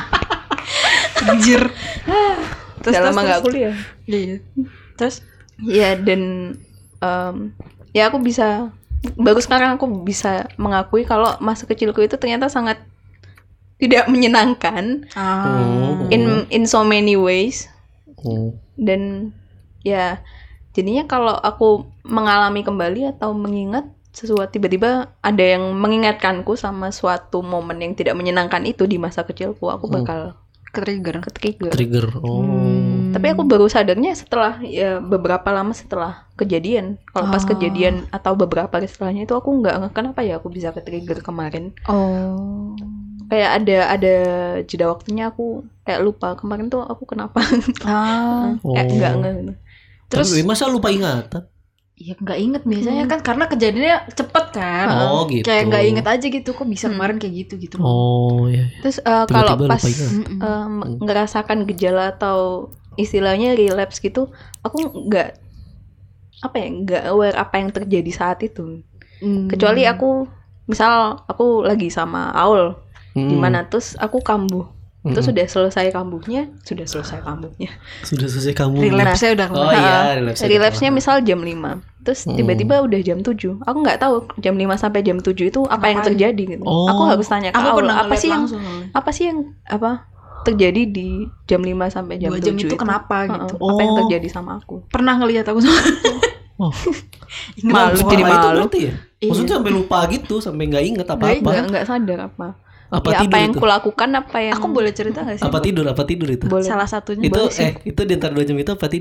Anjir. Terus dalam terus, nggak terus. kuliah. Iya. Terus Ya dan em, ya aku bisa baru sekarang aku bisa mengakui kalau masa kecilku itu ternyata sangat tidak menyenangkan ah, Oh. in in so many ways. Oh. Dan ya jadinya kalau aku mengalami kembali atau mengingat sesuatu tiba-tiba ada yang mengingatkanku sama suatu momen yang tidak menyenangkan itu di masa kecilku, aku Hmm. bakal ke-trigger. ke-trigger. Trigger. Oh. Tapi aku baru sadarnya setelah ya beberapa lama setelah kejadian. Kalau pas Oh. kejadian atau beberapa hari setelahnya itu aku nggak nggak kenapa ya aku bisa ke-trigger kemarin. Oh. Kayak ada ada jeda waktunya aku kayak lupa kemarin tuh aku kenapa. Ah. Kayak Oh. nggak nggak gitu. Terus Tapi masa lupa ingatan? ya nggak inget biasanya kan karena kejadiannya cepet kan. Oh, gitu. Kayak nggak inget aja gitu kok bisa Hmm. kemarin kayak gitu gitu. Oh, iya. Terus eh, kalau Tiba-tiba pas lupa ingat. Mm-mm. em, ngerasakan gejala atau istilahnya relapse gitu, aku nggak apa ya nggak aware apa yang terjadi saat itu. Hmm. Kecuali aku misal aku lagi sama Aul Hmm. di mana terus aku kambuh. Hmm. Terus sudah selesai kambuhnya, sudah selesai kambuhnya. Sudah selesai kamu. relapse-nya udah keluar. Oh iya, Nah, relapse-nya relapse-nya keluar. misal jam lima. Terus Hmm. tiba-tiba udah jam tujuh. Aku nggak tahu jam lima sampai jam tujuh itu apa yang Ngapain? terjadi gitu. Oh. Aku harus tanya ke Aku Aul, pernah apa ngeliat sih yang langsung soalnya. apa sih yang apa terjadi di jam lima sampai jam Dua tujuh jam itu kenapa Heeh, gitu. Apa yang Oh. terjadi sama aku? Pernah ngelihat aku sama. Oh. Ingat Malu, aku. jadi Parah itu malu. berarti ya? Iya. Maksudnya sampai lupa gitu, sampai nggak inget apa-apa. Nggak nggak sadar apa. Apa ya tidur apa yang itu? kulakukan apa yang Aku boleh cerita gak sih? Apa tidur? Apa tidur itu? boleh. Salah satunya Itu boleh sih. eh itu di antara dua jam itu apa tidur?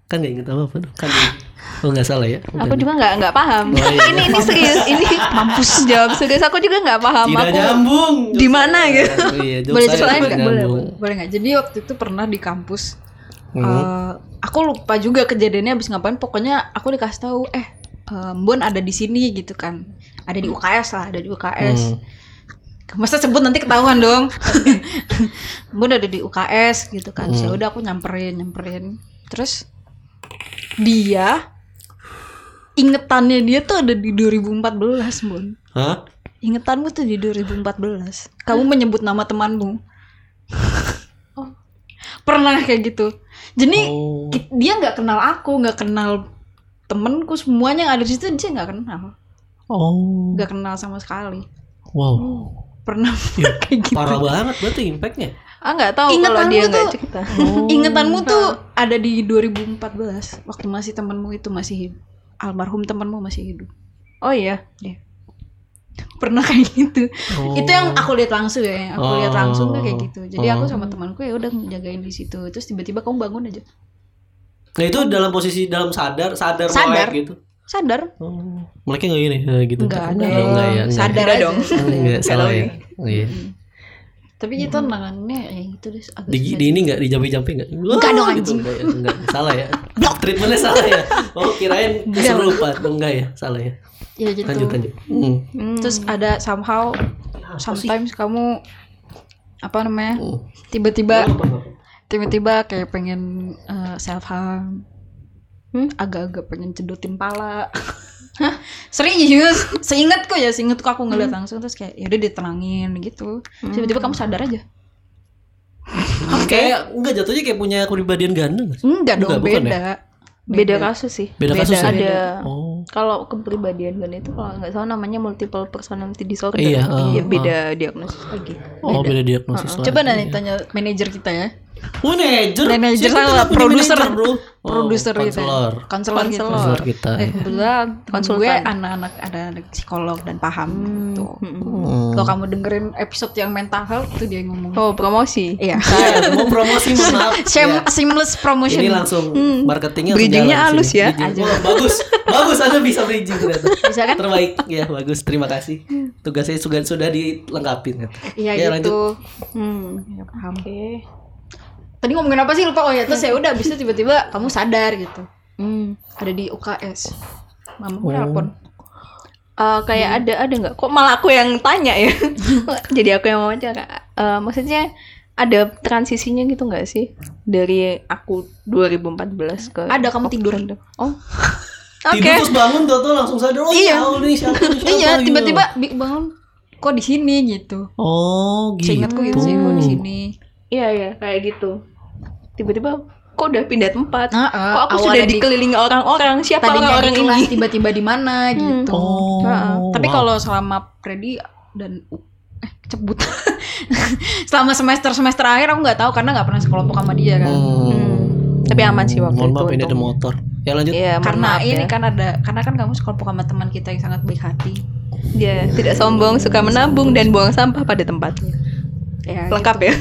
Kan nggak inget apa apa dong. Kan oh nggak salah ya. Aku juga nggak nggak paham. Oh, iya. ini ini serius ini mampus jawab serius. Aku juga nggak paham. Tidak aku nyambung. di mana gitu. Oh, iya, jokes Boleh saya ceritain tidak nggak? nyambung. Boleh, boleh, boleh nggak? Jadi waktu itu pernah di kampus. Hmm. eh, aku lupa juga kejadiannya abis ngapain. Pokoknya aku dikasih tahu, eh eh, Mbon ada di sini gitu kan. Ada di U K S lah, ada di U K S. Hmm. Masa sebut nanti ketahuan dong. Mbon ada di U K S gitu kan. Hmm. Ya udah aku nyamperin, nyamperin. Terus dia ingetannya dia tuh ada di dua ribu empat belas, Mbon. Hah? Ingetanmu tuh di dua ribu empat belas. Kamu menyebut nama temanmu. Oh. Pernah kayak gitu. Jadi Oh. ki- dia nggak kenal aku, nggak kenal temenku, semuanya yang ada di situ dia nggak kenal, Oh. nggak kenal sama sekali. Wow. Pernah Ya, kayak gitu. parah banget berarti impactnya. Ah nggak tahu kalau Ingetanmu dia nggak tuh- cerita. Ingetanmu tuh ada di dua ribu empat belas waktu masih temenmu itu masih hidup. Almarhum temenmu masih hidup. Oh iya. Dia pernah kayak gitu. Oh. Itu yang aku lihat langsung ya, yang aku Oh. lihat langsung tuh kayak gitu. Jadi aku Oh. sama temanku ya udah jagain di situ. Terus tiba-tiba kamu bangun aja. Nah itu dalam posisi dalam sadar, sadar, Sadar. melek gitu. Sadar? Oh. Meleknya nggak gini, eh, gitu. Enggak ada. Oh, enggak ya. Enggak. Sadar Enggak aja. dong. Enggak, salah ya. Oh, iya. Tapi itu nangannya ya itu deh agak Di, susah di sih. ini enggak dijampi-jampi enggak? Enggak dong, anjing. Enggak, ya? Enggak, salah ya. Treatmentnya salah ya. Oh, kirain kesurupan. Enggak ya, salah ya. Ya gitu. Lanjut lanjut. Hmm. Hmm. Terus ada somehow sometimes kamu apa namanya? Oh. Tiba-tiba tiba-tiba kayak pengen uh, self harm. Hmm? Agak-agak pengen cedotin pala. Hah? Serius? Seingatku ya, seingatku aku ngeliat langsung terus kayak ya udah ditenangin gitu. Terus tiba-tiba kamu sadar aja. Kayak enggak jatuhnya kayak punya kepribadian ganda nggak sih? Enggak dong, Enggak, bukan beda. beda kasus sih. Beda kasus ya? Ada Oh. kalau kepribadian ganda itu kalau nggak salah namanya multiple personality disorder. Iya, uh, Iya, beda diagnosis lagi. Oh, beda diagnosis lagi. Coba nanti tanya manajer kita ya. Manajer. Manajer Siapa salah, tuh punya produser. manajer, bro. Oh, Produser kita. konselor. Konselor kita. Konselor kita. Eh, ya. kebetulan temen Konsultan. gue anak-anak ada anak psikolog dan paham gitu. Hmm. Kalau kamu dengerin episode yang mental health itu dia ngomong. Oh, promosi. Iya. Saya mau promosi mohon maaf. Shame- Ya. Seamless promotion. Ini langsung marketingnya langsung Bridging-nya jalan halus sini. ya. Bridging. Oh, bagus. Bagus Anda bisa bridging ternyata. Bisa kan? Terbaik. Ya, bagus. Terima kasih. Tugasnya sudah sudah dilengkapi ternyata. Iya Ya, gitu. Hmm. Ya, paham. Oke. Tadi ngomongin apa sih lupa. Oh ya terus ya udah abis itu tiba-tiba kamu sadar gitu. Hmm. Ada di U K S. Mamamu nelpon. Eh, kayak ada ada nggak? Kok malah aku yang tanya ya? Jadi aku yang wawancara. Eh, maksudnya ada transisinya gitu nggak sih dari aku dua ribu empat belas ke Ada, kamu tidur. Oh. Tidur Oke. terus bangun tuh langsung sadar. Oh Iya. iya, ini siapa ini siapa Iya, gitu. tiba-tiba bi- bangun kok di sini gitu. Oh, gitu. Seingatku gitu sih kok di sini. Iya ya kayak gitu. Tiba-tiba kok udah pindah tempat. Nah, Kok aku awalnya sudah di- dikelilingi orang-orang. Siapa Tadinya orang-orang di kelas ini? tiba-tiba di mana gitu. Oh. Tapi wow. kalau selama Freddy dan eh cebut. Selama semester-semester akhir aku nggak tahu karena nggak pernah sekelompok sama dia kan. Hmm. Hmm. Tapi aman sih waktu Mohon itu. maaf ini ada untung. motor. Ya lanjut. Iya, mohon Karena maaf ini ya. kan ada karena kan kamu sekelompok sama teman kita yang sangat baik hati. Dia tidak sombong, suka menabung dan buang sampah pada tempatnya. Ya, Lengkap ya.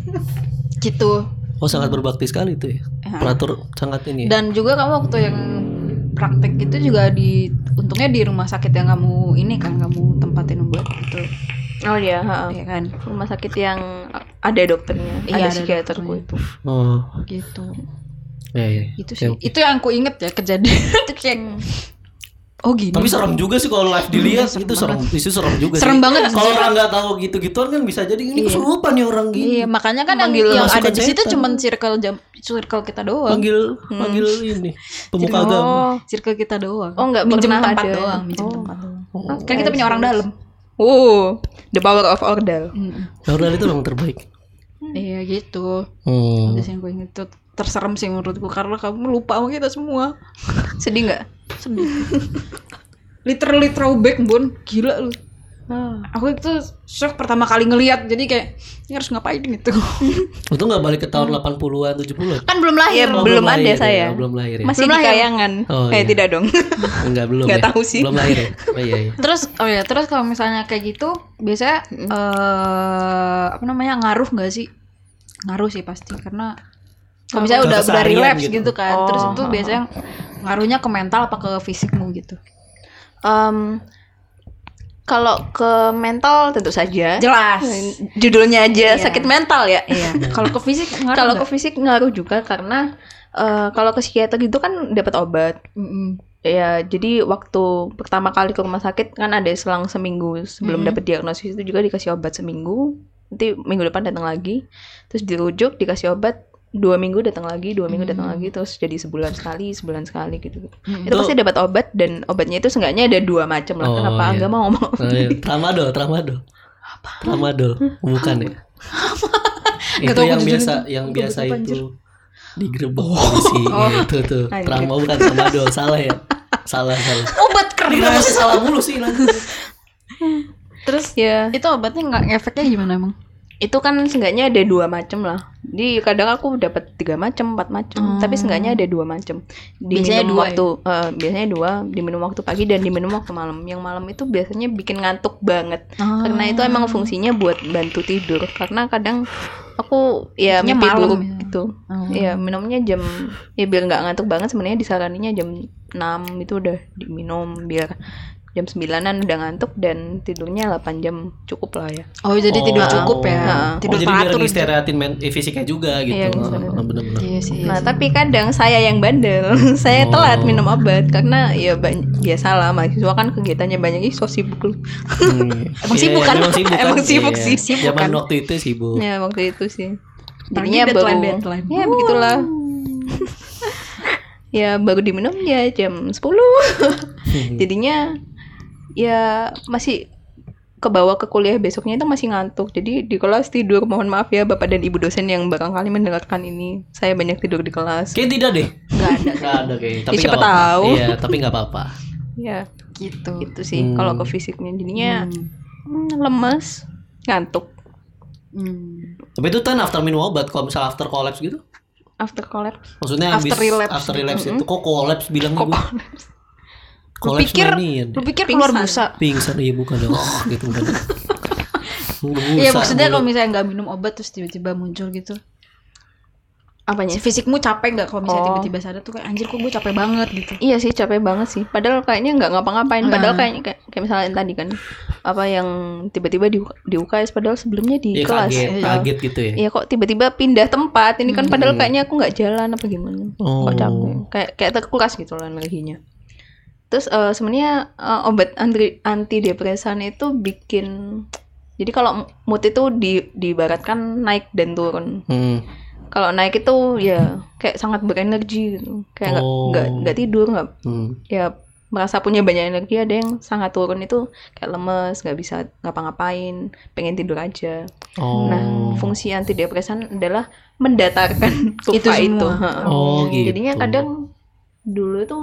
gitu. Oh, sangat berbakti sekali tuh ya. Ya. Peratur sangat ini. Ya? Dan juga kamu waktu yang praktek itu juga di untungnya di rumah sakit yang kamu ini kan kamu tempatin buat itu. Oh iya, ha-ha. Ya kan? Rumah sakit yang ada dokternya, Iya, ada ada psikiaterku dokternya. itu. Oh. Gitu. Ya, ya. Itu Ya, sih. oke. Itu yang aku inget ya kejadian itu kayak oh gini. Tapi serem juga sih kalau live dilihat itu serem, itu serem juga Serem sih. banget. Kalau orang nggak tahu gitu-gituan kan bisa jadi ini kesurupan nih orang gini. Iya, makanya kan yang, Manggil yang ada masukan di situ setan. cuman circle jam circle kita doang. Panggil panggil ini pemuka Oh. agama. Circle kita doang. Oh, nggak minjem pernah tempat ada. doang, minjem Oh. tempat doang. Oh. Kan kita punya orang dalam. Oh, the power of ordal. Ordal itu memang terbaik. Iya gitu. Hmm. Terus yang gue inget tuh terserem sih menurutku karena kamu lupa sama kita semua. Sedih nggak? Sedih. Literally throwback, Bun. Gila lu. Ah. Aku itu shock pertama kali ngelihat, jadi kayak ini harus ngapain gitu. Untung nggak balik ke tahun delapan puluhan tujuh puluhan. Kan belum lahir. Ya, Oh, belum ada lahir saya. ya, belum lahir ya. Masih Belum di lahir. kayangan. Oh, eh iya. tidak dong. Enggak belum. Nggak ya? tahu sih. Belum lahir ya. Oh iya iya. Terus oh ya, terus kalau misalnya kayak gitu biasanya eh apa namanya ngaruh nggak sih? Ngaruh sih pasti karena Kalau misalnya udah udah keseharian relapse gitu. gitu, kan. Oh. Terus itu biasanya ngaruhnya ke mental apa ke fisikmu gitu. Um, kalau ke mental tentu saja. Jelas. Judulnya aja Iya. sakit mental ya. Iya. Kalau ke fisik ngaruh Kalau ke nggak? fisik ngaruh juga karena eh, kalau ke psikiater itu kan dapat obat. Mm-mm. Ya, jadi waktu pertama kali ke rumah sakit kan ada selang seminggu sebelum Mm-mm. dapat diagnosis itu juga dikasih obat seminggu. Nanti minggu depan datang lagi. Terus dirujuk dikasih obat dua minggu datang lagi, dua minggu datang lagi, terus jadi sebulan sekali, sebulan sekali gitu. Mm-mm. Itu Tuh. pasti dapat obat dan obatnya itu seenggaknya ada dua macam lah. Oh, Kenapa iya. enggak mau ngomong? Oh, iya. Tramadol, tramadol. Tramadol, bukan ya? Nggak Itu tahu yang aku biasa, jujur. yang Nggak biasa tahu, itu anjir. digerebek polisi. Oh. Itu tuh. Anjir. Trama bukan tramadol, salah ya? Salah, salah. Obat Ini kenapa keras. sih salah mulu sih nanti? Terus Ya, itu obatnya nggak efeknya gimana emang? itu kan seenggaknya ada dua macam lah. Jadi kadang aku dapat tiga macam, empat macam, Hmm. tapi seenggaknya ada dua macam. Biasanya Diminum dua waktu eh, biasanya dua, diminum waktu pagi dan diminum waktu malam. Yang malam itu biasanya bikin ngantuk banget. Ah. Karena itu emang fungsinya buat bantu tidur. Karena kadang aku ya Biasanya mimpi malam buruk ya? gitu. Oh. Ya minumnya jam ya biar nggak ngantuk banget sebenarnya disaraninnya jam enam itu udah diminum biar jam sembilanan udah ngantuk dan tidurnya delapan jam cukup lah ya. Oh, jadi tidur cukup ya. Nah. Tidur oh, jadi biar teratur. ngistirahatin men- eh, fisiknya juga gitu. Iya, Oh, ngistirahatin. oh, bener-bener. Iya sih. Iya Nah, sih. tapi kadang saya yang bandel, saya Oh. telat minum obat karena ya ba- biasalah mahasiswa kan kegiatannya banyak, ih so sibuk lu. Hmm. Emang Iya, sibuk kan? Emang sibuk kan? Emang sibuk Iya. sih. Sibuk Zaman kan? waktu itu sibuk. Ya waktu itu sih. Apalagi Jadinya baru deadline-deadline. ya begitulah. Ya baru diminum ya jam sepuluh. Jadinya ya masih ke bawah ke kuliah besoknya itu masih ngantuk. Jadi di kelas tidur. Mohon maaf ya Bapak dan Ibu dosen yang barangkali mendengarkan ini. Saya banyak tidur di kelas. Kayaknya tidak deh. Nggak ada. Nggak ada kayaknya. Tapi Ya, siapa nggak apa-apa. tahu. Iya, tapi nggak apa-apa. Ya, Gitu. itu sih Hmm. kalau ke fisiknya. Jadinya Hmm. hmm, lemes, ngantuk. Hmm. Tapi itu kan after minum obat. Kalau misal after collapse gitu. After collapse. Maksudnya After habis relapse. after relapse itu kok collapse bilangnya gue. Lu Collapse pikir, manian. lu pikir keluar Pingsan. busa? Pingsan iya bukan ya. Oh, gitu bukan. Iya, maksudnya kalau misalnya nggak minum obat terus tiba-tiba muncul gitu. Apanya? Si fisikmu capek nggak kalau misalnya Oh. tiba-tiba sadar tuh kayak anjir kok gue capek banget gitu. Iya sih capek banget sih. Padahal kayaknya nggak ngapa-ngapain. Padahal Nah. kayaknya kayak, kayak misalnya yang tadi kan apa yang tiba-tiba di, di U K S padahal sebelumnya di Iya kelas. kaget, Iya. kaget gitu ya. Iya kok tiba-tiba pindah tempat. Ini kan padahal kayaknya aku nggak jalan apa gimana. Oh. Kok capek. Kayak kayak terkuras gitu lah energinya. Terus eh, sebenarnya eh, obat anti antidepresan itu bikin jadi kalau mood itu di diibaratkan naik dan turun. Hmm. Kalau naik itu ya kayak sangat berenergi gitu. Kayak nggak Oh. nggak nggak tidur, nggak Hmm. ya merasa punya banyak energi. Ada yang sangat turun itu kayak lemes, nggak bisa ngapa-ngapain, pengen tidur aja. Oh. Nah, fungsi antidepresan adalah mendatarkan Itu lupa itu. semua. Heeh. Oh, gitu. Jadinya kadang dulu tuh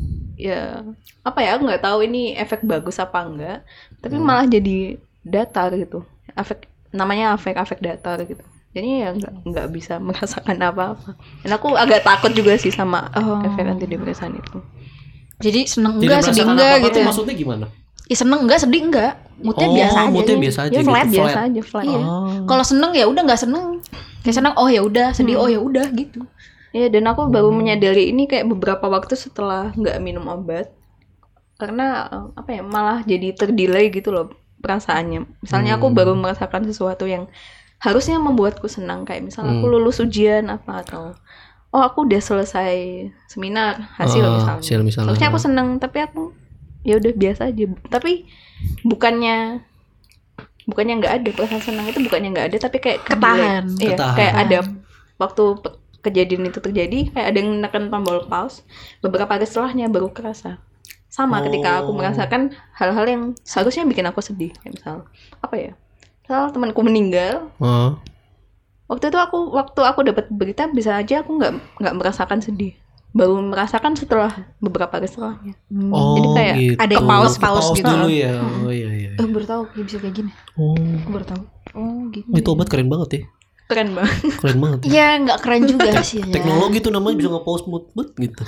ya apa ya, aku nggak tahu ini efek bagus apa enggak, tapi Hmm. malah jadi datar gitu. Efek namanya efek-efek datar gitu. Jadi ya nggak nggak bisa merasakan apa-apa. Dan aku agak takut juga sih sama Oh. efek antidepresan itu. Jadi seneng Tidak enggak, sedih merasakan enggak apa-apa gitu tuh ya. maksudnya gimana? Ya seneng enggak, sedih enggak. Moodnya Oh, biasa aja. moodnya ya. biasa aja Ya gitu, flat biasa flat. aja flat. Iya. Oh. Kalau seneng ya udah nggak seneng. Kayak seneng oh ya udah, sedih Hmm. oh ya udah gitu. Iya, dan aku baru menyadari ini kayak beberapa waktu setelah nggak minum obat. Karena eh, apa ya, malah jadi terdelay gitu loh perasaannya. Misalnya aku Hmm. baru merasakan sesuatu yang harusnya membuatku senang, kayak misalnya aku Hmm. lulus ujian apa atau oh aku udah selesai seminar hasil Ah, misalnya. hasil misalnya. Harusnya aku senang, tapi aku ya udah biasa aja. Tapi bukannya bukannya nggak ada perasaan senang itu, bukannya nggak ada, tapi kayak Ketahan. kedelay. Iya, Ketahan. kayak ada waktu pe- kejadian itu terjadi kayak ada yang menekan tombol pause, beberapa hari setelahnya baru kerasa. Sama ketika aku Oh. merasakan hal-hal yang seharusnya bikin aku sedih, kayak misal apa ya, misal temanku meninggal. Oh. Waktu itu aku waktu aku dapat berita bisa aja aku nggak nggak merasakan sedih, baru merasakan setelah beberapa hari setelahnya. Oh, Jadi kayak gitu. ada yang pause-pause Pause gitu. dulu ya. Oh iya iya. Eh baru tahu ya bisa kayak gini. Oh. Aku baru tahu. Oh gitu. Itu obat keren banget ya. Keren banget. Keren banget. ya. Ya nggak keren juga sih ya. Teknologi tuh namanya bisa nge-pause mood mood gitu.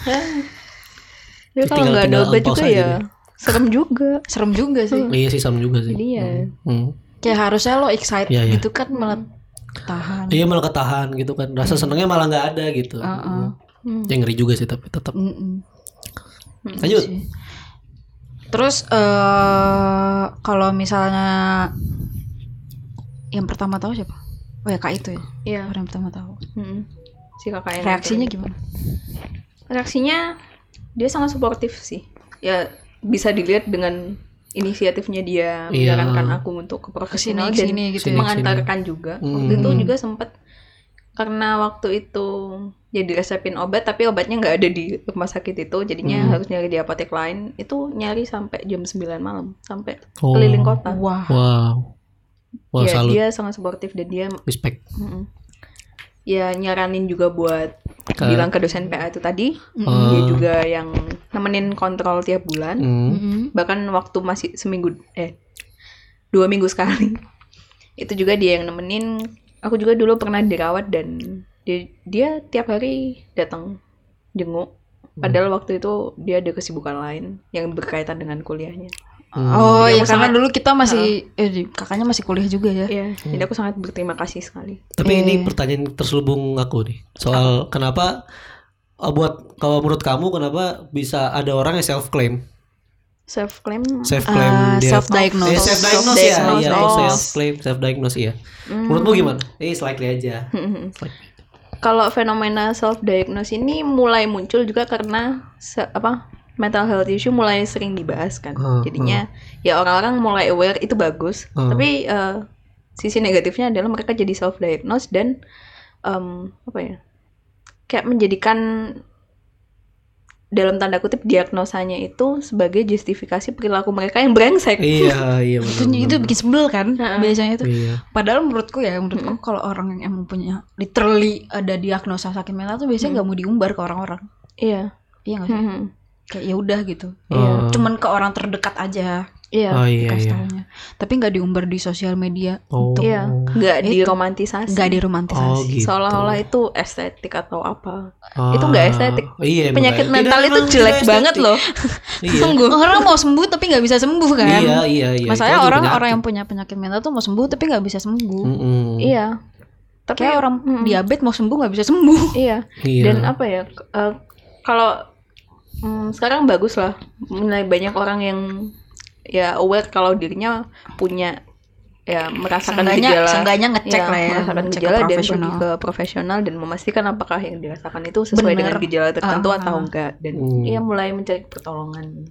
Jadi kalau Tinggal- nggak ada tinggal obat unpause juga aja ya deh. serem juga. Serem juga sih. Iya sih sama juga sih. Jadi ya Hmm. Kayak harusnya lo excited Iya, iya. gitu kan malah ketahan. Iya malah ketahan gitu kan. Rasa senengnya malah nggak ada gitu. Uh-uh. Hmm. Yang ngeri juga sih tapi tetap. Mm-mm. Lanjut. Terus uh, kalau misalnya yang pertama tahu siapa? Oh ya kak itu ya. Iya. Orang yang pertama tahu. Mm-mm. Si kakak yang Reaksinya nonton. gimana? Reaksinya dia sangat suportif sih. Ya bisa dilihat dengan inisiatifnya dia Iya. menyarankan aku untuk ke profesional Kesini, dan kesini gitu ya. mengantarkan juga. Waktu itu juga sempat karena waktu itu ya diresepin obat tapi obatnya nggak ada di rumah sakit itu, jadinya harus nyari di apotek lain. Itu nyari sampai jam sembilan malam sampai Oh. keliling kota. Wah. Wow. Wah, Ya, salut. dia sangat suportif dan dia Respect. mm-mm. ya nyaranin juga buat Ke- bilang ke dosen P A itu tadi. Oh. Dia juga yang nemenin kontrol tiap bulan. Hmm. Mm-mm. Bahkan waktu masih seminggu eh dua minggu sekali. Itu juga dia yang nemenin. Aku juga dulu pernah dirawat dan dia, dia tiap hari datang jenguk. Padahal waktu itu dia ada kesibukan lain yang berkaitan dengan kuliahnya. Oh Jadi iya aku karena sangat- dulu kita masih eh di- kakaknya masih kuliah juga ya. Iya, jadi aku sangat berterima kasih sekali. Tapi ini pertanyaan terselubung aku nih soal kenapa oh, buat kalau menurut kamu kenapa bisa ada orang yang self claim Self claim self claim Ah, dia self-diagnose. eh, self diagnose ya Self-diagnose. iya Oh. self claim self diagnose ya menurutmu gimana eh slightly aja Slightly. Kalau fenomena self diagnose ini mulai muncul juga karena se- apa mental health issue mulai sering dibahas kan. Hmm, Jadinya ya orang-orang mulai aware itu bagus. Hmm. Tapi eh, sisi negatifnya adalah mereka jadi self diagnose dan em, apa ya? Kayak menjadikan dalam tanda kutip diagnosanya itu sebagai justifikasi perilaku mereka yang brengsek. iya iya Itu, benar itu bikin sebel kan biasanya itu. iya Padahal menurutku ya, menurutku kalau orang yang emang punya literally ada diagnosa sakit mental tuh biasanya nggak mau diumbar ke orang-orang. Iya. Iya nggak sih? Mhm. Kayak ya udah gitu. Iya. Cuman ke orang terdekat aja Iya. oh iya kasih iya taunya. Tapi nggak diumbar di sosial media. oh Iya. Nggak diromantisasi. Nggak diromantisasi. oh gitu Seolah-olah itu estetik atau apa. Ah, Itu nggak estetik. iya emang Penyakit nggak- mental tidak, itu emang jelek tidak banget estetik. loh. iya Sungguh. Orang mau sembuh tapi nggak bisa sembuh kan? iya iya iya Masalahnya Itu orang penyakit. orang yang punya penyakit mental tuh mau sembuh tapi nggak bisa sembuh. Mm-mm. Iya. Tapi Kayak orang mm, diabetes mau sembuh nggak bisa sembuh. iya. Iya. Dan apa ya? k- eh, kalau mm, sekarang bagus lah, mulai banyak orang yang ya aware kalau dirinya punya ya merasakan Seenggaknya, gejala, seenggaknya ngecek ya, lah ya, merasakan ngecek ke gejala dan pergi profesional. ke profesional dan memastikan apakah yang dirasakan itu sesuai Bener. dengan gejala tertentu Ah, atau ah. enggak dan Hmm. ia mulai mencari pertolongan.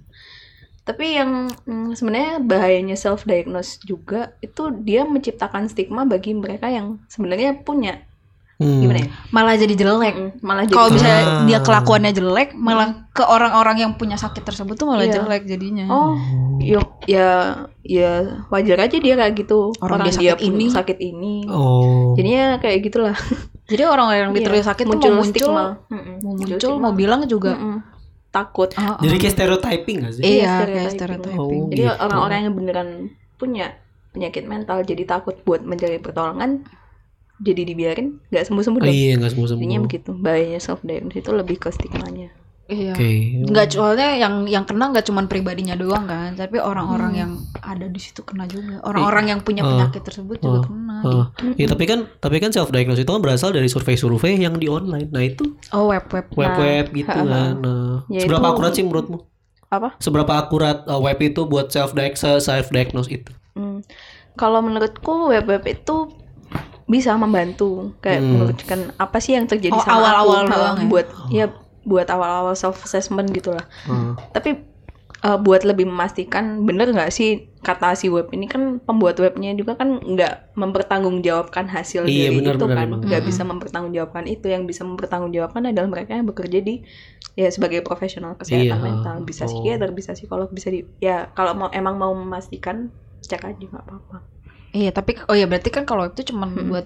Tapi yang mm, sebenarnya bahayanya self diagnose juga itu dia menciptakan stigma bagi mereka yang sebenarnya punya Hmm. gimana ya? Malah jadi jelek. Mm, malah jadi Kalau misalnya Ah. dia kelakuannya jelek, malah ke orang-orang yang punya sakit tersebut tuh malah Iya. jelek jadinya. oh ya ya ya wajar aja dia kayak gitu Orang dia sakit pun ini. sakit ini oh jadinya kayak gitulah. Jadi orang-orang yang literally Iya, sakit tuh muncul mau muncul, stigma. Mm-mm. mau Muncul muncul, stigma. mau bilang juga. Mm-mm. takut. Ah, ah. jadi kayak stereotyping gak sih Iya, Iya, kayak stereotyping. stereotyping. Oh. Jadi gitu. orang-orang yang beneran punya penyakit mental jadi takut buat mencari pertolongan, jadi dibiarin nggak sembuh-sembuh Oh, dong. iya nggak sembuh Jadinya sembuh begitu. Bahayanya self diagnosis itu lebih ke stigmanya. Iya. oke Nggak soalnya yang yang kena nggak cuma pribadinya doang kan, tapi orang-orang yang ada di situ kena juga. Orang-orang yang punya penyakit tersebut juga kena. Oh, ya, tapi kan tapi kan self diagnosis itu kan berasal dari survei-survei yang di online. Nah itu Oh web-web. web-web gitu kan. Nah, Ya, seberapa itu- akurat sih menurutmu? Apa? Seberapa akurat uh, web itu buat self diagnosis self diagnose itu? Hmm. Kalau menurutku web-web itu bisa membantu kayak Hmm. menunjukkan apa sih yang terjadi Oh, sama awal-awal aku, doang ya? buat ya buat awal-awal self assessment gitulah. Hmm. Tapi uh, buat lebih memastikan bener nggak sih kata si web ini, kan pembuat webnya juga kan nggak mempertanggungjawabkan hasil Iya, dari benar, itu benar kan, emang. nggak bisa mempertanggungjawabkan itu. Yang bisa mempertanggungjawabkan adalah mereka yang bekerja di ya sebagai profesional kesehatan Iya. mental, bisa Oh. psikiater, bisa psikolog, bisa di ya kalau mau emang mau memastikan cek aja nggak apa-apa. Iya, tapi oh ya berarti kan kalau itu cuma buat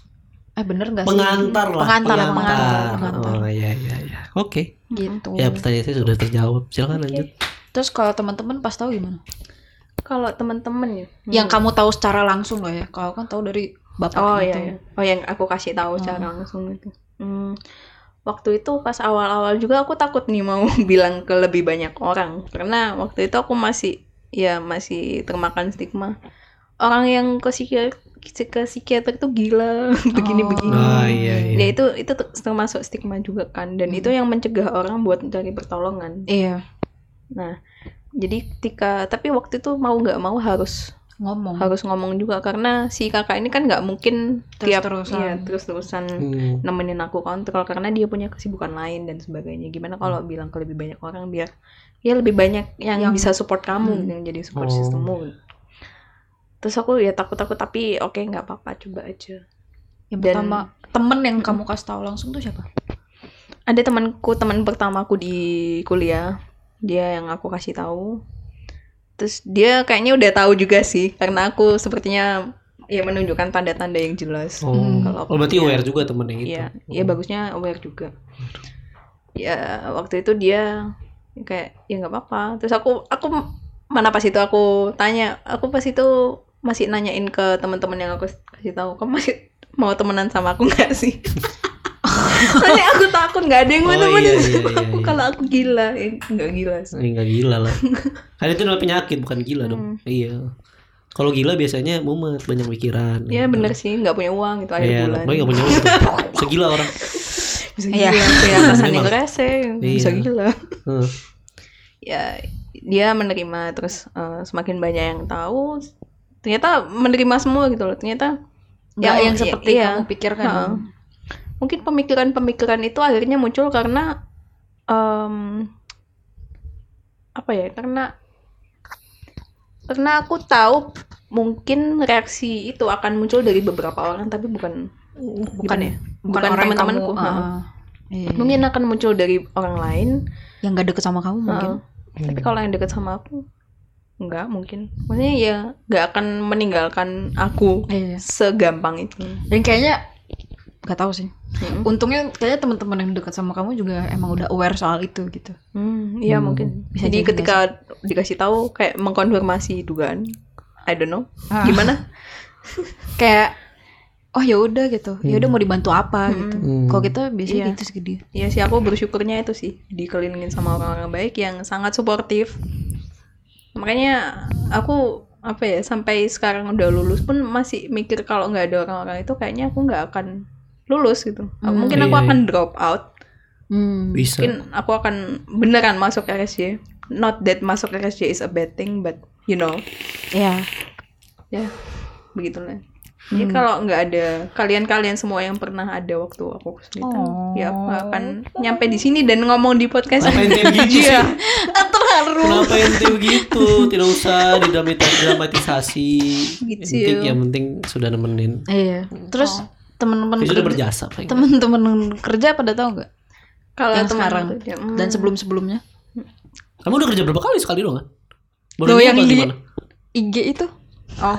eh bener nggak sih? Pengantar lah. Pengantar, pengantar, pengantar. Oh iya iya iya. Oke. Gitu. Ya pertanyaan saya sudah terjawab. Silakan lanjut. Terus kalau teman-teman pas tahu gimana? Kalau teman-teman ya, Yang kamu tahu secara langsung loh ya. Kalau kan tahu dari bapak oh gitu. iya, iya. Oh yang aku kasih tahu secara langsung itu. Hmm, waktu itu pas awal-awal juga aku takut nih mau bilang ke lebih banyak orang karena waktu itu aku masih ya masih termakan stigma. Orang yang ke psikiater, ke psikiater tuh gila begini-begini. Oh, iya, iya. Ya itu itu termasuk stigma juga kan, dan itu yang mencegah orang buat mencari pertolongan. Iya. Nah, jadi ketika tapi waktu itu mau nggak mau harus Ngomong. harus ngomong juga karena si kakak ini kan nggak mungkin tiap Terus-terusan. ya, terus-terusan Hmm. nemenin aku kontrol karena dia punya kesibukan lain dan sebagainya. Gimana kalau bilang ke lebih banyak orang biar ya lebih banyak yang, Yang- bisa support kamu, Hmm. yang jadi support Oh. sistemmu. Terus aku ya takut-takut tapi oke nggak apa-apa, coba aja. Yang Dan- pertama temen yang kamu kasih tahu langsung tuh siapa? Ada temanku, teman pertamaku di kuliah, dia yang aku kasih tahu. Terus dia kayaknya udah tahu juga sih, karena aku sepertinya ya menunjukkan tanda-tanda yang jelas. Oh, Kalau oh berarti aku- aware juga temennya gitu. Iya, ya bagusnya aware juga. Ya waktu itu dia kayak ya nggak apa-apa. Terus aku aku mana pas itu aku tanya, aku pas itu masih nanyain ke teman-teman yang aku kasih tahu, kamu masih mau temenan sama aku nggak sih? Soalnya aku takut nggak ada yang mau Oh, temenin iya, iya, sama iya, aku iya. kalau aku gila, ya, nggak gila sih. Ini nggak gila lah. Kan itu namanya penyakit bukan gila dong. Hmm. Iya. Kalau gila biasanya mumet, banyak pikiran. Ya gitu. bener sih, nggak punya uang gitu akhir Iya, bulan. baik nggak punya uang. Segila orang. Bisa Iya. gila, kayak atasan yang Memang. rese, bisa Iya. gila. Heeh. Ya dia menerima, terus eh, semakin banyak yang tahu, ternyata menerima semua gitu loh. Ternyata Nggak yang- yang seperti iya. kamu pikirkan. Heeh. Mungkin pemikiran-pemikiran itu akhirnya muncul karena em, apa ya? Karena karena aku tahu mungkin reaksi itu akan muncul dari beberapa orang, tapi bukan Bukan gimana ya? Bukan, Bukan orang yang teman-temanku. kamu, Heeh. ah, iya. Mungkin akan muncul dari orang lain. yang gak deket sama kamu mungkin. Heeh. Tapi kalau yang dekat sama aku enggak mungkin. Maksudnya ya enggak akan meninggalkan aku Iya. segampang itu. Dan kayaknya nggak tahu sih. Hmm, Untungnya kayaknya teman-teman yang dekat sama kamu juga emang udah aware soal itu gitu. Hmm, iya Hmm. mungkin. Bisa Jadi jadi ketika dikasih tahu kayak mengkonfirmasi dugaan. I don't know. Ah. Gimana? Kayak oh ya udah gitu. Ya udah mau dibantu apa Hmm. gitu. Hmm. Kalau kita biasanya Iya. gitu sih ke dia. Ya sih aku bersyukurnya itu sih dikelilingin sama orang-orang baik yang sangat suportif. Makanya aku apa ya sampai sekarang udah lulus pun masih mikir kalau nggak ada orang-orang itu kayaknya aku nggak akan lulus gitu. Hmm. Mungkin aku Iya, akan drop out. Hmm. Bisa. Mungkin aku akan beneran masuk R S J. Not that masuk R S J is a bad thing, but you know, Ya. ya begitulah. Jadi kalau nggak ada kalian-kalian semua yang pernah ada waktu aku kesulitan, Oh. ya aku nggak akan nyampe di sini dan ngomong di podcast. Kenapa ente begitu sih? Iya. Terharu. Kenapa ente begitu? Tidak usah didramati- dramatisasi. Gitu. Penting, yang penting sudah nemenin. Iya. Terus teman-teman Ya sudah kerja- berjasa. paling. teman-teman kerja pada tahu nggak? Kalau Yang teman sekarang kerja, hmm, dan sebelum-sebelumnya? Kamu udah kerja berapa kali? Sekali dong kan? Loh, ini yang apa di gimana? I G itu? oh.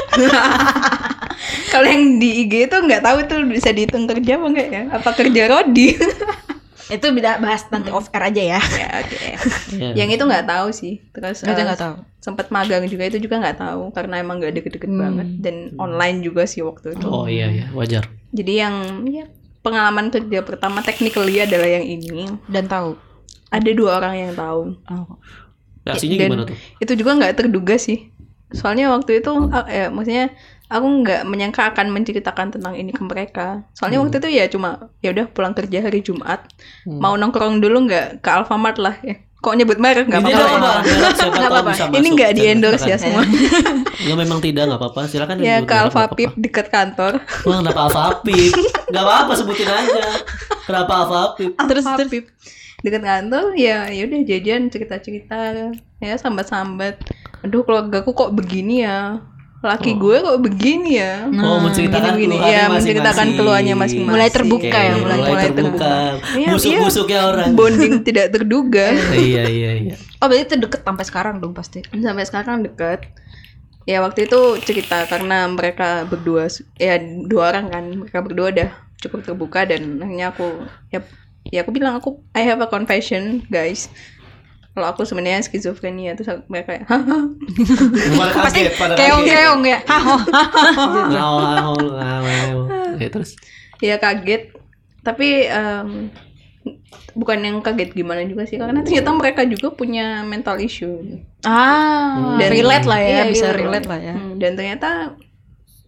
Kalau yang di I G itu nggak tahu tuh bisa dihitung kerja apa enggak ya? Apa kerja Rodi? Itu beda bahas nanti off air aja ya. Ya oke. Iya. Yang itu nggak tahu sih. Terus Itu eh, nggak tahu. sempat magang juga itu juga nggak tahu karena emang nggak deket-deket Hmm. banget dan online juga sih waktu itu. Oh iya iya wajar. Jadi yang ya pengalaman kerja pertama technically adalah yang ini. Dan tahu. Ada dua orang yang tahu. Oh. Reaksinya Dan gimana tuh? itu juga nggak terduga sih. Soalnya waktu itu ah, ya maksudnya aku nggak menyangka akan menceritakan tentang ini ke mereka. Soalnya waktu itu ya cuma ya udah pulang kerja hari Jumat, Hmm. mau nongkrong dulu nggak ke Alfamart lah ya. Kok nyebut merek nggak Ini apa-apa. apa, ya. Mbak? Merek siapa Nggak tahu apa-apa. bisa Ini masuk. nggak di endorse ya Silakan. semua. Enggak memang tidak enggak apa-apa. Silakan Ya disebut ke merek, nggak Alfa apa-apa. Pip dekat kantor. Wah, kenapa Alfa Pip? Enggak apa-apa sebutin aja. Kenapa Alfa Pip? Terus Alfa terus. Pip dekat kantor ya ya udah jajan cerita-cerita ya sambat-sambat. Aduh keluargaku kok begini ya. Laki gue kok begini ya. Oh, menceritakan Gini-gini, keluhannya ya, menceritakan masing-masing. keluhannya masing-masing. Mulai terbuka Oke, ya, mulai, mulai terbuka. Iya, Busuk-busuknya orang. Bonding tidak terduga. Iya iya iya. Oh berarti itu deket sampai sekarang dong pasti. Sampai sekarang dekat. Ya waktu itu cerita karena mereka berdua ya dua orang kan, mereka berdua udah cukup terbuka dan akhirnya aku ya ya aku bilang aku I have a confession guys. Kalau aku sebenarnya skizofrenia terus aku- mereka kayak haha. Pada kaget, pada Keong-keong ya. Haho. Ngawal ngawal ngawal. Ya terus. Ya kaget. Tapi em, bukan yang kaget gimana juga sih karena ternyata mereka juga punya mental issue. Ah, Dan- relate lah ya, Iya, bisa iya, relate lah ya. Hmm, dan ternyata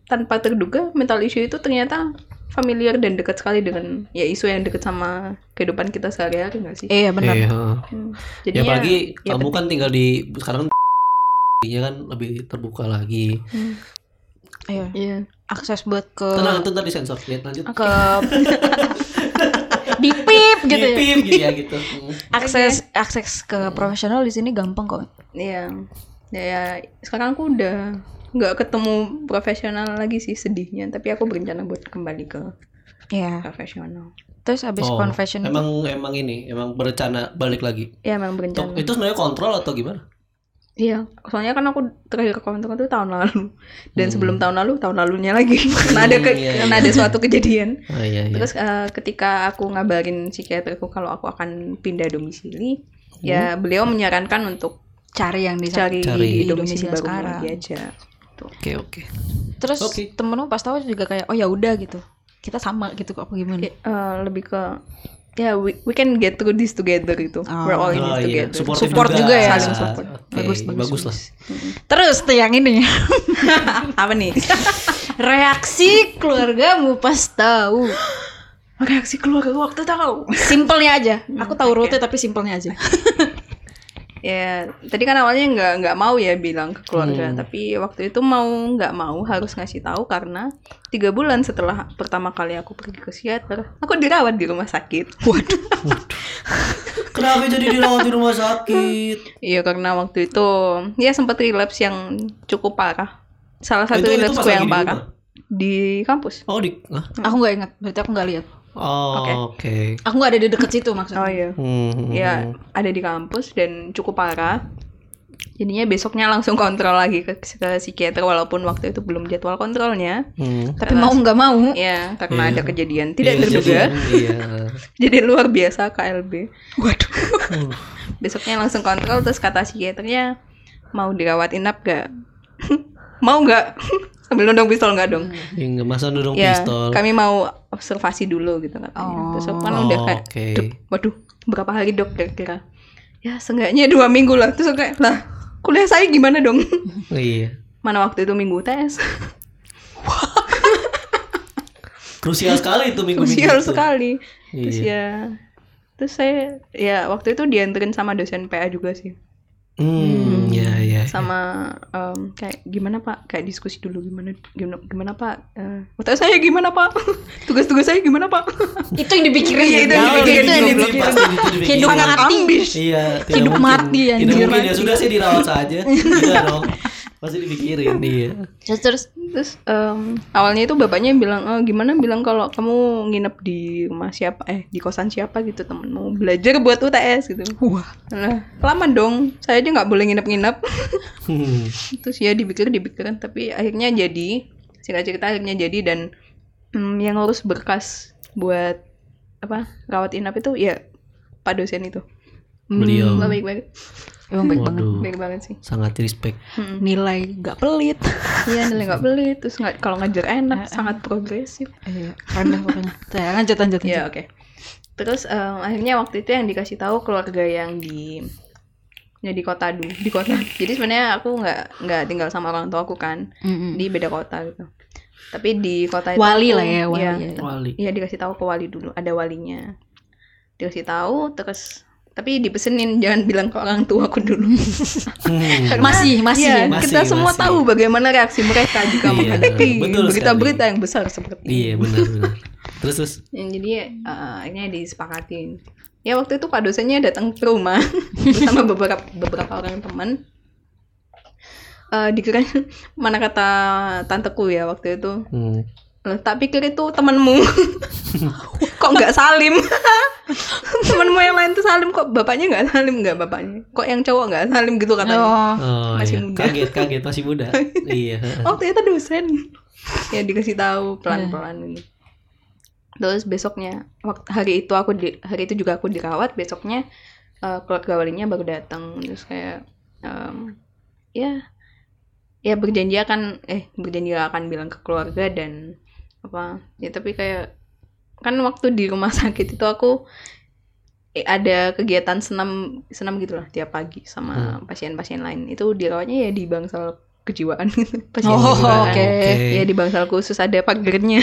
tanpa terduga mental issue itu ternyata familiar dan dekat sekali dengan ya isu yang dekat sama kehidupan kita sehari-hari nggak sih? Iya benar. Iya. Hmm. Ya Jadinya, apalagi ya kamu penting. kan tinggal di sekarang nya kan lebih terbuka lagi. Hmm. Iya. Iya. Akses buat ke Tenang, itu ntar disensor. Lihat lanjut. ke di pip gitu ya. Dipim gitu ya gitu. Hmm. Akses akses ke profesional di sini gampang kok. Iya. Ya, ya sekarang aku udah nggak ketemu profesional lagi sih sedihnya, tapi aku berencana buat kembali ke Iya. profesional. Terus abis Oh, confession itu emang emang ini emang berencana balik lagi. Ya emang Tuh, berencana. itu sebenarnya kontrol atau gimana? Iya, soalnya kan aku terakhir kontrol itu tahun lalu, dan Hmm. sebelum tahun lalu tahun lalunya lagi karena ada ke, iya, karena iya. ada suatu kejadian. Oh iya iya. Terus eh, ketika aku ngabarin psikiaterku kalau aku akan pindah domisili, ya beliau menyarankan untuk cari yang di cari, Cari. di domisili Domisili baru sekarang. lagi aja. Tuh. Oke oke. Terus Oke. temenmu pas tahu juga kayak oh ya udah gitu. Kita sama gitu kok apa gimana? Kayak, eh, lebih ke ya we, we can get through this together gitu. Oh. We're all in Oh this iya, together. supportive Support juga ya. Saling support. Oke, Bagus, bagus, bagus lah. Terus tuh yang ini Apa nih? reaksi keluargamu pas tahu. Reaksi keluarga waktu tahu. Simpelnya aja. Aku tahu rute tapi simpelnya aja. Ya, tadi kan awalnya nggak nggak mau ya bilang ke keluarga, Hmm. tapi waktu itu mau nggak mau harus ngasih tahu karena tiga bulan setelah pertama kali aku pergi ke psikiater, aku dirawat di rumah sakit. Waduh. Kenapa jadi dirawat di rumah sakit? Iya karena waktu itu ya sempat relapse yang cukup parah. Salah satu Itu- itu relapse pas ku lagi yang di parah rumah? di kampus. Oh di. ah, Aku nggak ingat. Berarti aku nggak lihat. Oh Oke. oke. Aku nggak ada di deket situ maksudnya. Oh iya. Hmm, Ya ada di kampus dan cukup parah. Jadinya besoknya langsung kontrol lagi ke, ke psikiater walaupun waktu itu belum jadwal kontrolnya. hmm. Tapi mau nggak mau. Ya, karena Iya. ada kejadian tidak Iya, terduga. jadi- Iya. Jadi luar biasa K L B. Waduh. Hmm. Besoknya langsung kontrol terus kata psikiaternya mau dirawat inap gak? Mau nggak? Sambil nodong pistol nggak dong? Ya, nggak masa nodong Ya, pistol. kami mau observasi dulu gitu katanya. Oh. Terus aku kan Oh, udah kayak, oke. "Dok, waduh, berapa hari dok kira-kira?" Ya, seenggaknya dua minggu lah. Terus aku kayak, lah, kuliah saya gimana dong? Oh, iya. Mana waktu itu minggu tes? Krusial sekali itu minggu-minggu Krusial itu. sekali. Terus Iya. ya, terus saya ya waktu itu dianterin sama dosen P A juga sih. Hmm, ya ya. Sama em, kayak gimana Pak, kayak diskusi dulu gimana gimana, gimana Pak, eh utang saya gimana Pak, tugas-tugas saya gimana Pak. Itu yang dipikirin. Iya, itu ya. yang Oh, dipikirin. itu yang Goblok. dipikirin. Pasti itu dipikirin. Hidup Sangat mati. ambis. Iya, tidak Hidup mungkin. mati, Tidak anjir. mungkin ya sudah sih dirawat saja. Tidak dong. Pasti dipikirin dia. Terus terus Terus em, awalnya itu bapaknya bilang, oh gimana bilang kalau kamu nginep di rumah siapa, eh di kosan siapa gitu temenmu belajar buat U T S gitu. Wah, lah lama dong, saya aja nggak boleh nginep-nginep. Hmm. Terus ya dipikir dipikirin tapi akhirnya jadi, singkat cerita akhirnya jadi dan mm, yang ngurus berkas buat apa rawat inap itu ya Pak dosen itu. Beliau. Baik baik emang baik banget. Waduh, baik banget sih. sangat respect. Mm. Nilai nggak pelit. Iya nilai nggak beli, terus nggak kalau ngajar enak, sangat progresif. Iya, keren dah pokoknya. Saya lanjut lanjut. Ya lanjut. oke. Terus em, akhirnya waktu itu yang dikasih tahu keluarga yang di ya di kota dulu di kota. Jadi sebenarnya aku nggak nggak tinggal sama orang tua aku kan, Mm-mm. di beda kota gitu. Tapi di kota itu Wali aku- lah ya, wali Iya, ya. Wali. iya dikasih tahu ke wali dulu, ada walinya. Dikasih tahu terus tapi dipesenin jangan bilang ke orang tua aku dulu. Hmm. Karena, Masih, masih iya, ya? kita Masih, semua masih. tahu bagaimana reaksi mereka jika Iya, menghadapi betul berita-berita sekali. yang besar seperti ini. Iya benar benar. Terus terus. Yang jadi uh, akhirnya disepakatin. Ya waktu itu Pak dosennya datang ke rumah bersama beberapa beberapa orang teman. Uh, dikira mana kata tanteku ya waktu itu. Hmm. Loh, tak pikir itu temanmu. Kok nggak salim? Temanmu yang lain tuh salim kok bapaknya nggak salim nggak bapaknya? Kok yang cowok nggak salim gitu katanya? Oh, Oh, Masih iya. muda. Kaget kaget masih muda. Iya. Oh ternyata dosen. Ya dikasih tahu pelan-pelan gitu. Terus besoknya waktu hari itu aku di, hari itu juga aku dirawat. Besoknya uh, keluarga walinya baru datang. Terus kayak um, ya ya berjanji akan eh berjanji akan bilang ke keluarga dan apa ya tapi kayak kan waktu di rumah sakit itu aku eh, ada kegiatan senam senam gitulah tiap pagi sama pasien-pasien lain. Itu dirawatnya ya di bangsal kejiwaan gitu. Pasien Oh, kejiwaan. oke. Ya di bangsal khusus ada pagernya.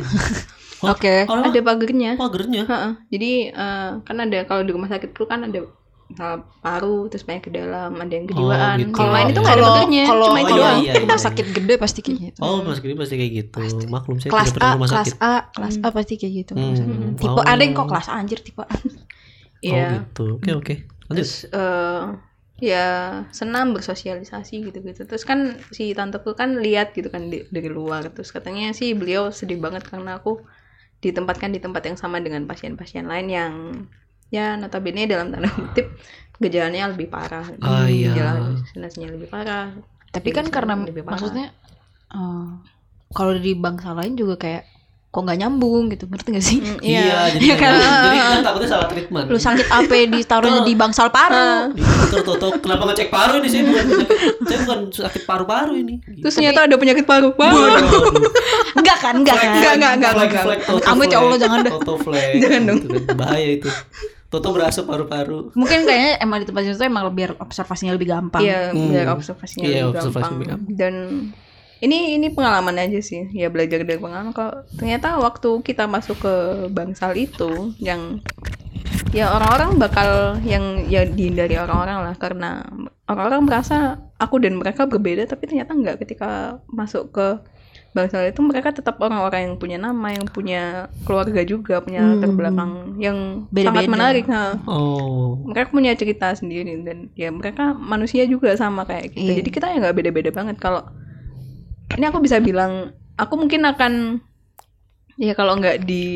Oke. Oh, Ada pagernya. pagernya. Heeh. Jadi eh, kan ada kalau di rumah sakit itu kan ada misal paru terus banyak ke dalam, ada yang kejiwaan. gitu. Yang lain itu nggak ada Kalau pagernya, kalau cuma itu iya, doang. iya, rumah iya. sakit gede pasti kayak gitu. Oh, Mas Gini pasti kayak gitu. Maklum saya Kelas tidak pernah A, rumah kelas sakit. A, kelas A pasti kayak gitu. Hmm. Tipe Oh. ada yang kok kelas A anjir tipe A. Oh Iya. gitu. Oke oke. Lanjut. Terus eh, ya senam bersosialisasi gitu-gitu. Terus kan si tanteku kan lihat gitu kan di- dari luar. Terus katanya sih beliau sedih banget karena aku ditempatkan di tempat yang sama dengan pasien-pasien lain yang ya notabene dalam tanda kutip gejalanya lebih parah. Ah, iya. Gejala halusinasinya lebih parah. Tapi kan Lebih karena lebih parah. maksudnya eh, kalau di bangsa lain juga kayak kok nggak nyambung gitu, ngerti gak sih? Mm, Iya, iya. jadi Iya kan? jadi kita takutnya salah treatment. Lu sakit A P ditaruhnya di bangsal paru. Dokter Toto, kenapa ngecek paru ini? Saya bukan penyakit, saya bukan sakit paru-paru ini. Terus ternyata ada penyakit paru. Wah. Waduh. Enggak kan, enggak kan? Enggak, enggak, enggak, Flag, enggak. flag, Toto Amit ya flag. Allah, jangan dah. Toto flag. Jangan dong. Gitu kan. Bahaya itu. Toto berasap paru-paru. Mungkin kayaknya emang di tempat itu emang biar observasinya lebih gampang. Iya, Hmm. biar observasinya Iya, lebih observasi gampang. lebih gampang. Dan ini ini pengalaman aja sih. Ya belajar dari pengalaman kalau ternyata waktu kita masuk ke bangsal itu yang ya orang-orang bakal yang ya dihindari orang-orang lah karena orang-orang merasa aku dan mereka berbeda tapi ternyata enggak ketika masuk ke bangsal itu mereka tetap orang-orang yang punya nama, yang punya keluarga juga, punya latar Hmm. belakang yang Beda-beda. sangat menarik. Ha. Oh. Mereka punya cerita sendiri dan ya mereka manusia juga sama kayak kita. Iya. Jadi kita ya nggak beda-beda banget. Kalau ini aku bisa bilang, aku mungkin akan ya kalau nggak di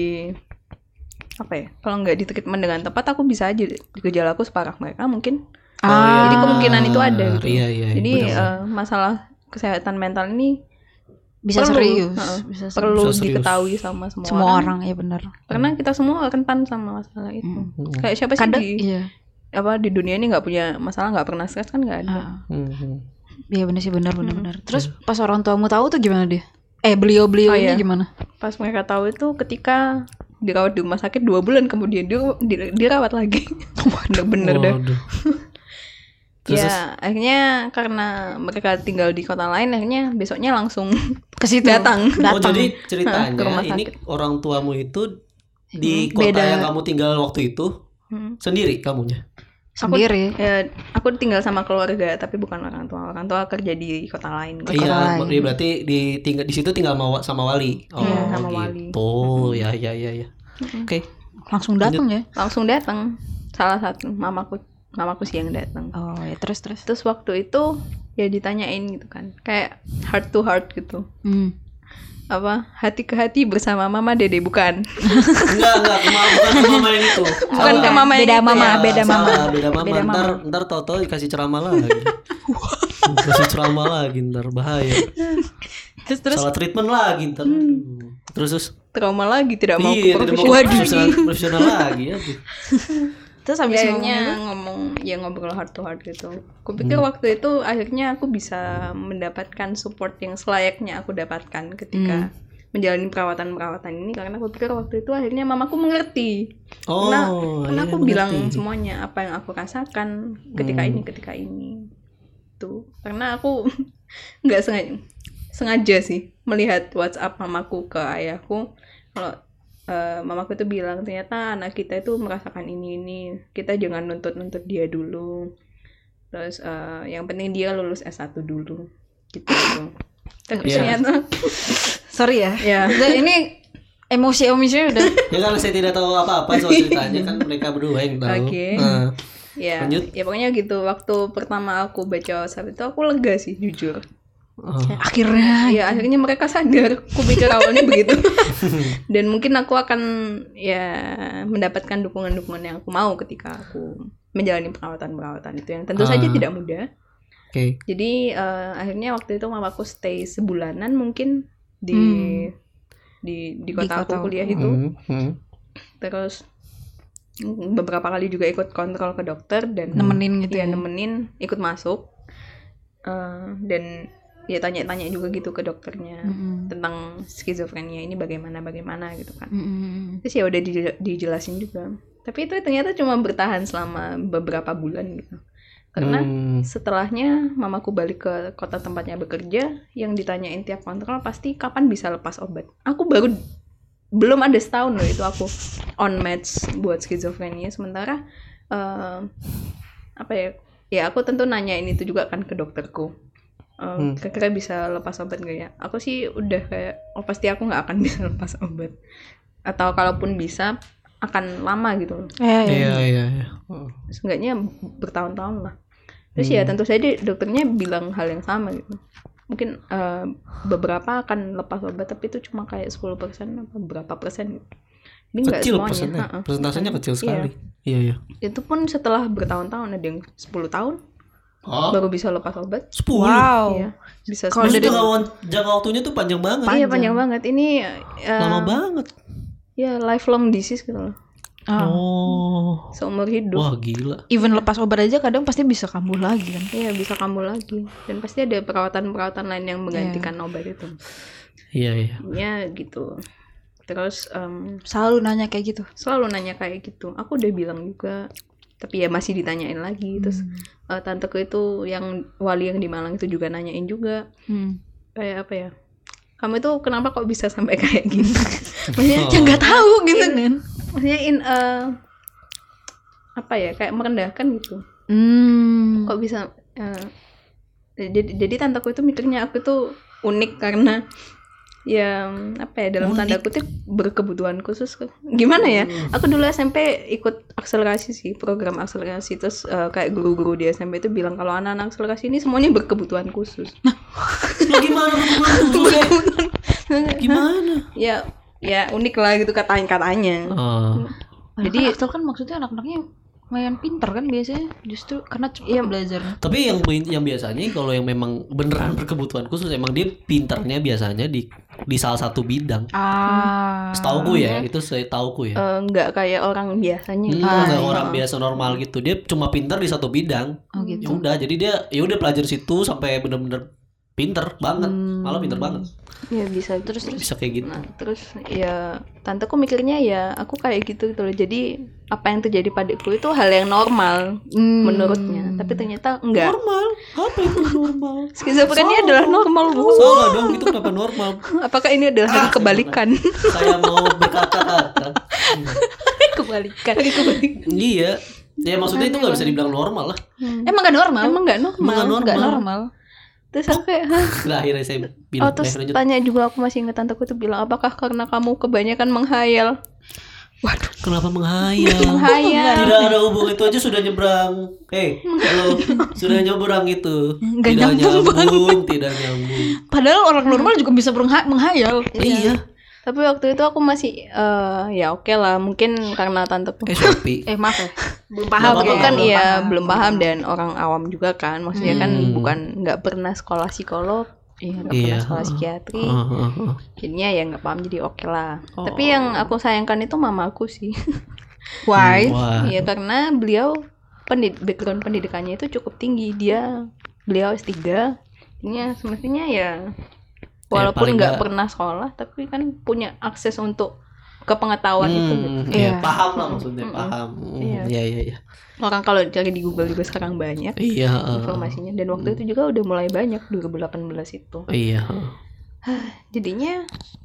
apa ya, kalau nggak di treatment dengan tepat, aku bisa aja gejala aku separah mereka mungkin. Ah, Jadi kemungkinan itu ada gitu. Iya, iya. Jadi benar. eh, masalah kesehatan mental ini bisa perlu, serius, heeh, bisa serius. perlu Bisa serius. diketahui sama semua, Semua orang. orang ya benar. Karena kita semua rentan sama masalah itu. Hmm. Kayak siapa sih Kadang di iya. apa di dunia ini nggak punya masalah, nggak pernah stres kan nggak ada. Ah. Hmm. Iya benar sih, benar benar benar. Terus pas orang tuamu tahu tuh gimana dia? Eh beliau-beliau Oh, ini iya. gimana? Pas mereka tahu itu ketika dirawat di rumah sakit dua bulan kemudian dia di- dirawat lagi. Bener-bener deh. Waduh. Terus, Ya akhirnya karena mereka tinggal di kota lain, akhirnya besoknya langsung Ke situ datang. oh datang. jadi ceritanya ke rumah ini orang tuamu itu di Hmm, kota beda. yang kamu tinggal waktu itu Hmm. sendiri kamunya. Sendiri. Ya, aku tinggal sama keluarga tapi bukan orang tua. Orang tua kerja di kota lain. Ke Iya, kota lain. iya, berarti di tinggal di situ tinggal sama, sama wali. Oh, Iya, sama gitu. wali. Ya, ya, ya, ya. Oke. Langsung datang ya. Langsung datang. Salah satu mamaku mamaku sih yang datang. Oh ya terus terus. Terus waktu itu ya ditanyain gitu kan. Kayak heart to heart gitu. Hmm. Apa hati ke hati bersama mama dede bukan Enggak, enggak, kema bukan ke mama yang itu. bukan Salah. ke mama yang Beda itu mama, ya. beda Salah, mama. beda mama. Beda ntar, mama. ntar Toto dikasih ceramah lagi. Kasih ceramah lagi, ntar bahaya. Terus terus. Salah treatment lagi, ntar. Terus terus. trauma lagi tidak mau Iya, ke tidak mau profesional. profesional, profesional lagi ya. Terus Ya, habis akhirnya ngomong ngomong ya ngobrol heart to heart gitu. Aku pikir waktu itu akhirnya aku bisa mendapatkan support yang selayaknya aku dapatkan ketika menjalani perawatan-perawatan ini karena aku pikir waktu itu akhirnya mamaku mengerti. Oh, Karena, karena iya, aku mengerti. bilang semuanya apa yang aku rasakan ketika Hmm. ini ketika ini. Tuh, karena aku nggak sengaja sengaja sih melihat WhatsApp mamaku ke ayahku kalau eh, mamaku tuh bilang ternyata anak kita itu merasakan ini ini kita jangan nuntut-nuntut dia dulu terus eh, yang penting dia lulus S satu dulu gitu tuh. Tapi Iya. ternyata sorry ya. ya Udah, ini emosi-emosinya udah. Ya kan saya tidak tahu apa-apa soal ceritanya kan mereka berdua yang tahu. Oke. Nah, ya Lanjut. ya pokoknya gitu waktu pertama aku baca WhatsApp itu aku lega sih jujur. oh. Akhirnya. Ya akhirnya mereka sadar. Aku pikir awalnya begitu. Dan mungkin aku akan ya mendapatkan dukungan-dukungan yang aku mau ketika aku menjalani perawatan-perawatan itu yang tentu Ah. saja tidak mudah. Oke. Jadi eh, akhirnya waktu itu mamaku stay sebulanan mungkin di Hmm. di di Di kota kota. aku kuliah itu. Hmm, hmm. Terus mm, beberapa kali juga ikut kontrol ke dokter dan Nemenin gitu ya ya. nemenin ikut masuk. Eh, dan ya tanya-tanya juga gitu ke dokternya Mm-mm. tentang skizofrenia ini bagaimana bagaimana gitu kan. Mm-mm. Terus ya udah dijel- dijelasin juga. Tapi itu ternyata cuma bertahan selama beberapa bulan gitu. Karena Hmm. setelahnya mamaku balik ke kota tempatnya bekerja, yang ditanyain tiap kontrol pasti kapan bisa lepas obat. Aku baru belum ada setahun loh itu aku on meds buat skizofrenia. Sementara eh, apa ya? Ya aku tentu nanyain itu juga kan ke dokterku. Eh, Hmm. kira-kira bisa lepas obat gak ya? Aku sih udah kayak, oh pasti aku nggak akan bisa lepas obat. Atau kalaupun bisa akan lama gitu loh. Iya, iya. Iya iya iya. Seenggaknya bertahun-tahun lah. Terus ya tentu saja dokternya bilang hal yang sama gitu. Mungkin eh, beberapa akan lepas obat tapi itu cuma kayak sepuluh persen apa berapa persen gitu. Ini nggak Kecil semuanya. persennya. Ha-ha. Persentasenya kecil Iya. sekali. Iya iya. Itu pun setelah bertahun-tahun, ada yang sepuluh tahun Oh, baru bisa lepas obat. sepuluh. Wow. Iya, bisa Kalau Terus dari- jangka, wan- jangka waktunya tuh panjang banget. Iya panjang banget. Ini eh, Lama banget. ya lifelong disease gitu loh. Ah. Oh. Seumur hidup. Wah gila. Even lepas obat aja kadang pasti bisa kambuh lagi kan. Iya, bisa kambuh lagi. Dan pasti ada perawatan-perawatan lain yang menggantikan obat itu. Iya iya. Ya gitu. Terus em, Selalu nanya kayak gitu. selalu nanya kayak gitu. Aku udah bilang juga, tapi ya masih ditanyain lagi. Terus eh, tanteku itu yang wali yang di Malang itu juga nanyain juga, Hmm. kayak apa ya, kamu itu kenapa kok bisa sampai kayak gini? Maksudnya Oh. Ya nggak tahu gitu kan. maksudnya in eh, apa ya, kayak merendahkan gitu. Hmm. Kok bisa eh, jadi jadi tanteku itu mikirnya aku tuh unik karena ya apa ya, dalam tanda kutip berkebutuhan khusus. Gimana ya, aku dulu S M P ikut akselerasi sih, program akselerasi. Terus eh, kayak guru-guru di S M P itu bilang kalau anak-anak akselerasi ini semuanya berkebutuhan khusus. Ya gimana berkebutuhan? Gimana? Ya ya unik lah gitu katanya-katanya. Oh. Jadi Axel kan maksudnya anak-anaknya lumayan pinter kan biasanya, justru karena cepat Iya. belajar. Tapi yang yang biasanya kalau yang memang beneran berkebutuhan khusus emang dia pinternya biasanya di di salah satu bidang. Ah. Setauku ya, itu saya tauku ya. Eh, nggak kayak orang biasanya. Hmm, gitu. nggak orang biasa normal gitu. Dia cuma pinter di satu bidang. Oh Ya gitu. udah, jadi dia ya udah pelajar situ sampai bener-bener pinter banget. Malah pinter banget. Ya bisa terus terus. Bisa kayak gitu. Nah, terus ya tanteku mikirnya ya aku kayak gitu gitu loh. Jadi apa yang terjadi padaku itu hal yang normal Hmm. menurutnya. Tapi ternyata enggak. Normal? Apa itu normal? Skizofrenia adalah normal, Bu. Salah dong, itu kenapa normal? Apakah ini adalah hari kebalikan? Saya mau berkata-kata. Kebalikan. Hari kebalikan. Iya. Ya maksudnya itu nggak bisa dibilang normal lah. Emang gak normal? Emang enggak normal. Emang nggak Nggak normal. normal. Terus aku kayak, hah? Nah, akhirnya saya Oh, bilang, terus eh, lanjut. tanya juga, aku masih ingat tanteku tuh bilang, apakah karena kamu kebanyakan menghayal? Waduh, kenapa menghayal? Menghayal. Tidak ada hubungan, itu aja sudah nyebrang. Hei, halo, sudah nyebrang itu. Nggak Tidak nyambung nyambung, tidak nyambung. Padahal orang normal juga bisa berengha- menghayal. Iya. Tapi waktu itu aku masih, eh ya oke lah, mungkin karena tanteku. Eh, Shopee. Eh maaf ya. Belum Nggak paham apa-apa, Aku kan belum iya paham. belum paham dan orang awam juga kan, maksudnya kan Hmm. bukan nggak pernah sekolah psikolog, iya nggak Iya. pernah sekolah psikiatri, Oh, oh, oh. jadinya ya nggak paham, jadi oke lah. Oh. Tapi yang aku sayangkan itu mamaku sih, Why? Wah. iya karena beliau pendid background pendidikannya itu cukup tinggi, dia beliau S tiga, ini semestinya ya walaupun paling nggak nggak- pernah sekolah tapi kan punya akses untuk kepengetahuan itu gitu. Hmm, Iya. iya, paham lah maksudnya, Mm-mm. paham. Hmm, Iya. Iya, iya, iya. Orang kalau cari di Google juga sekarang banyak Iya, eh, informasinya, dan waktu itu juga udah mulai banyak dua ribu delapan belas itu. iya. Jadinya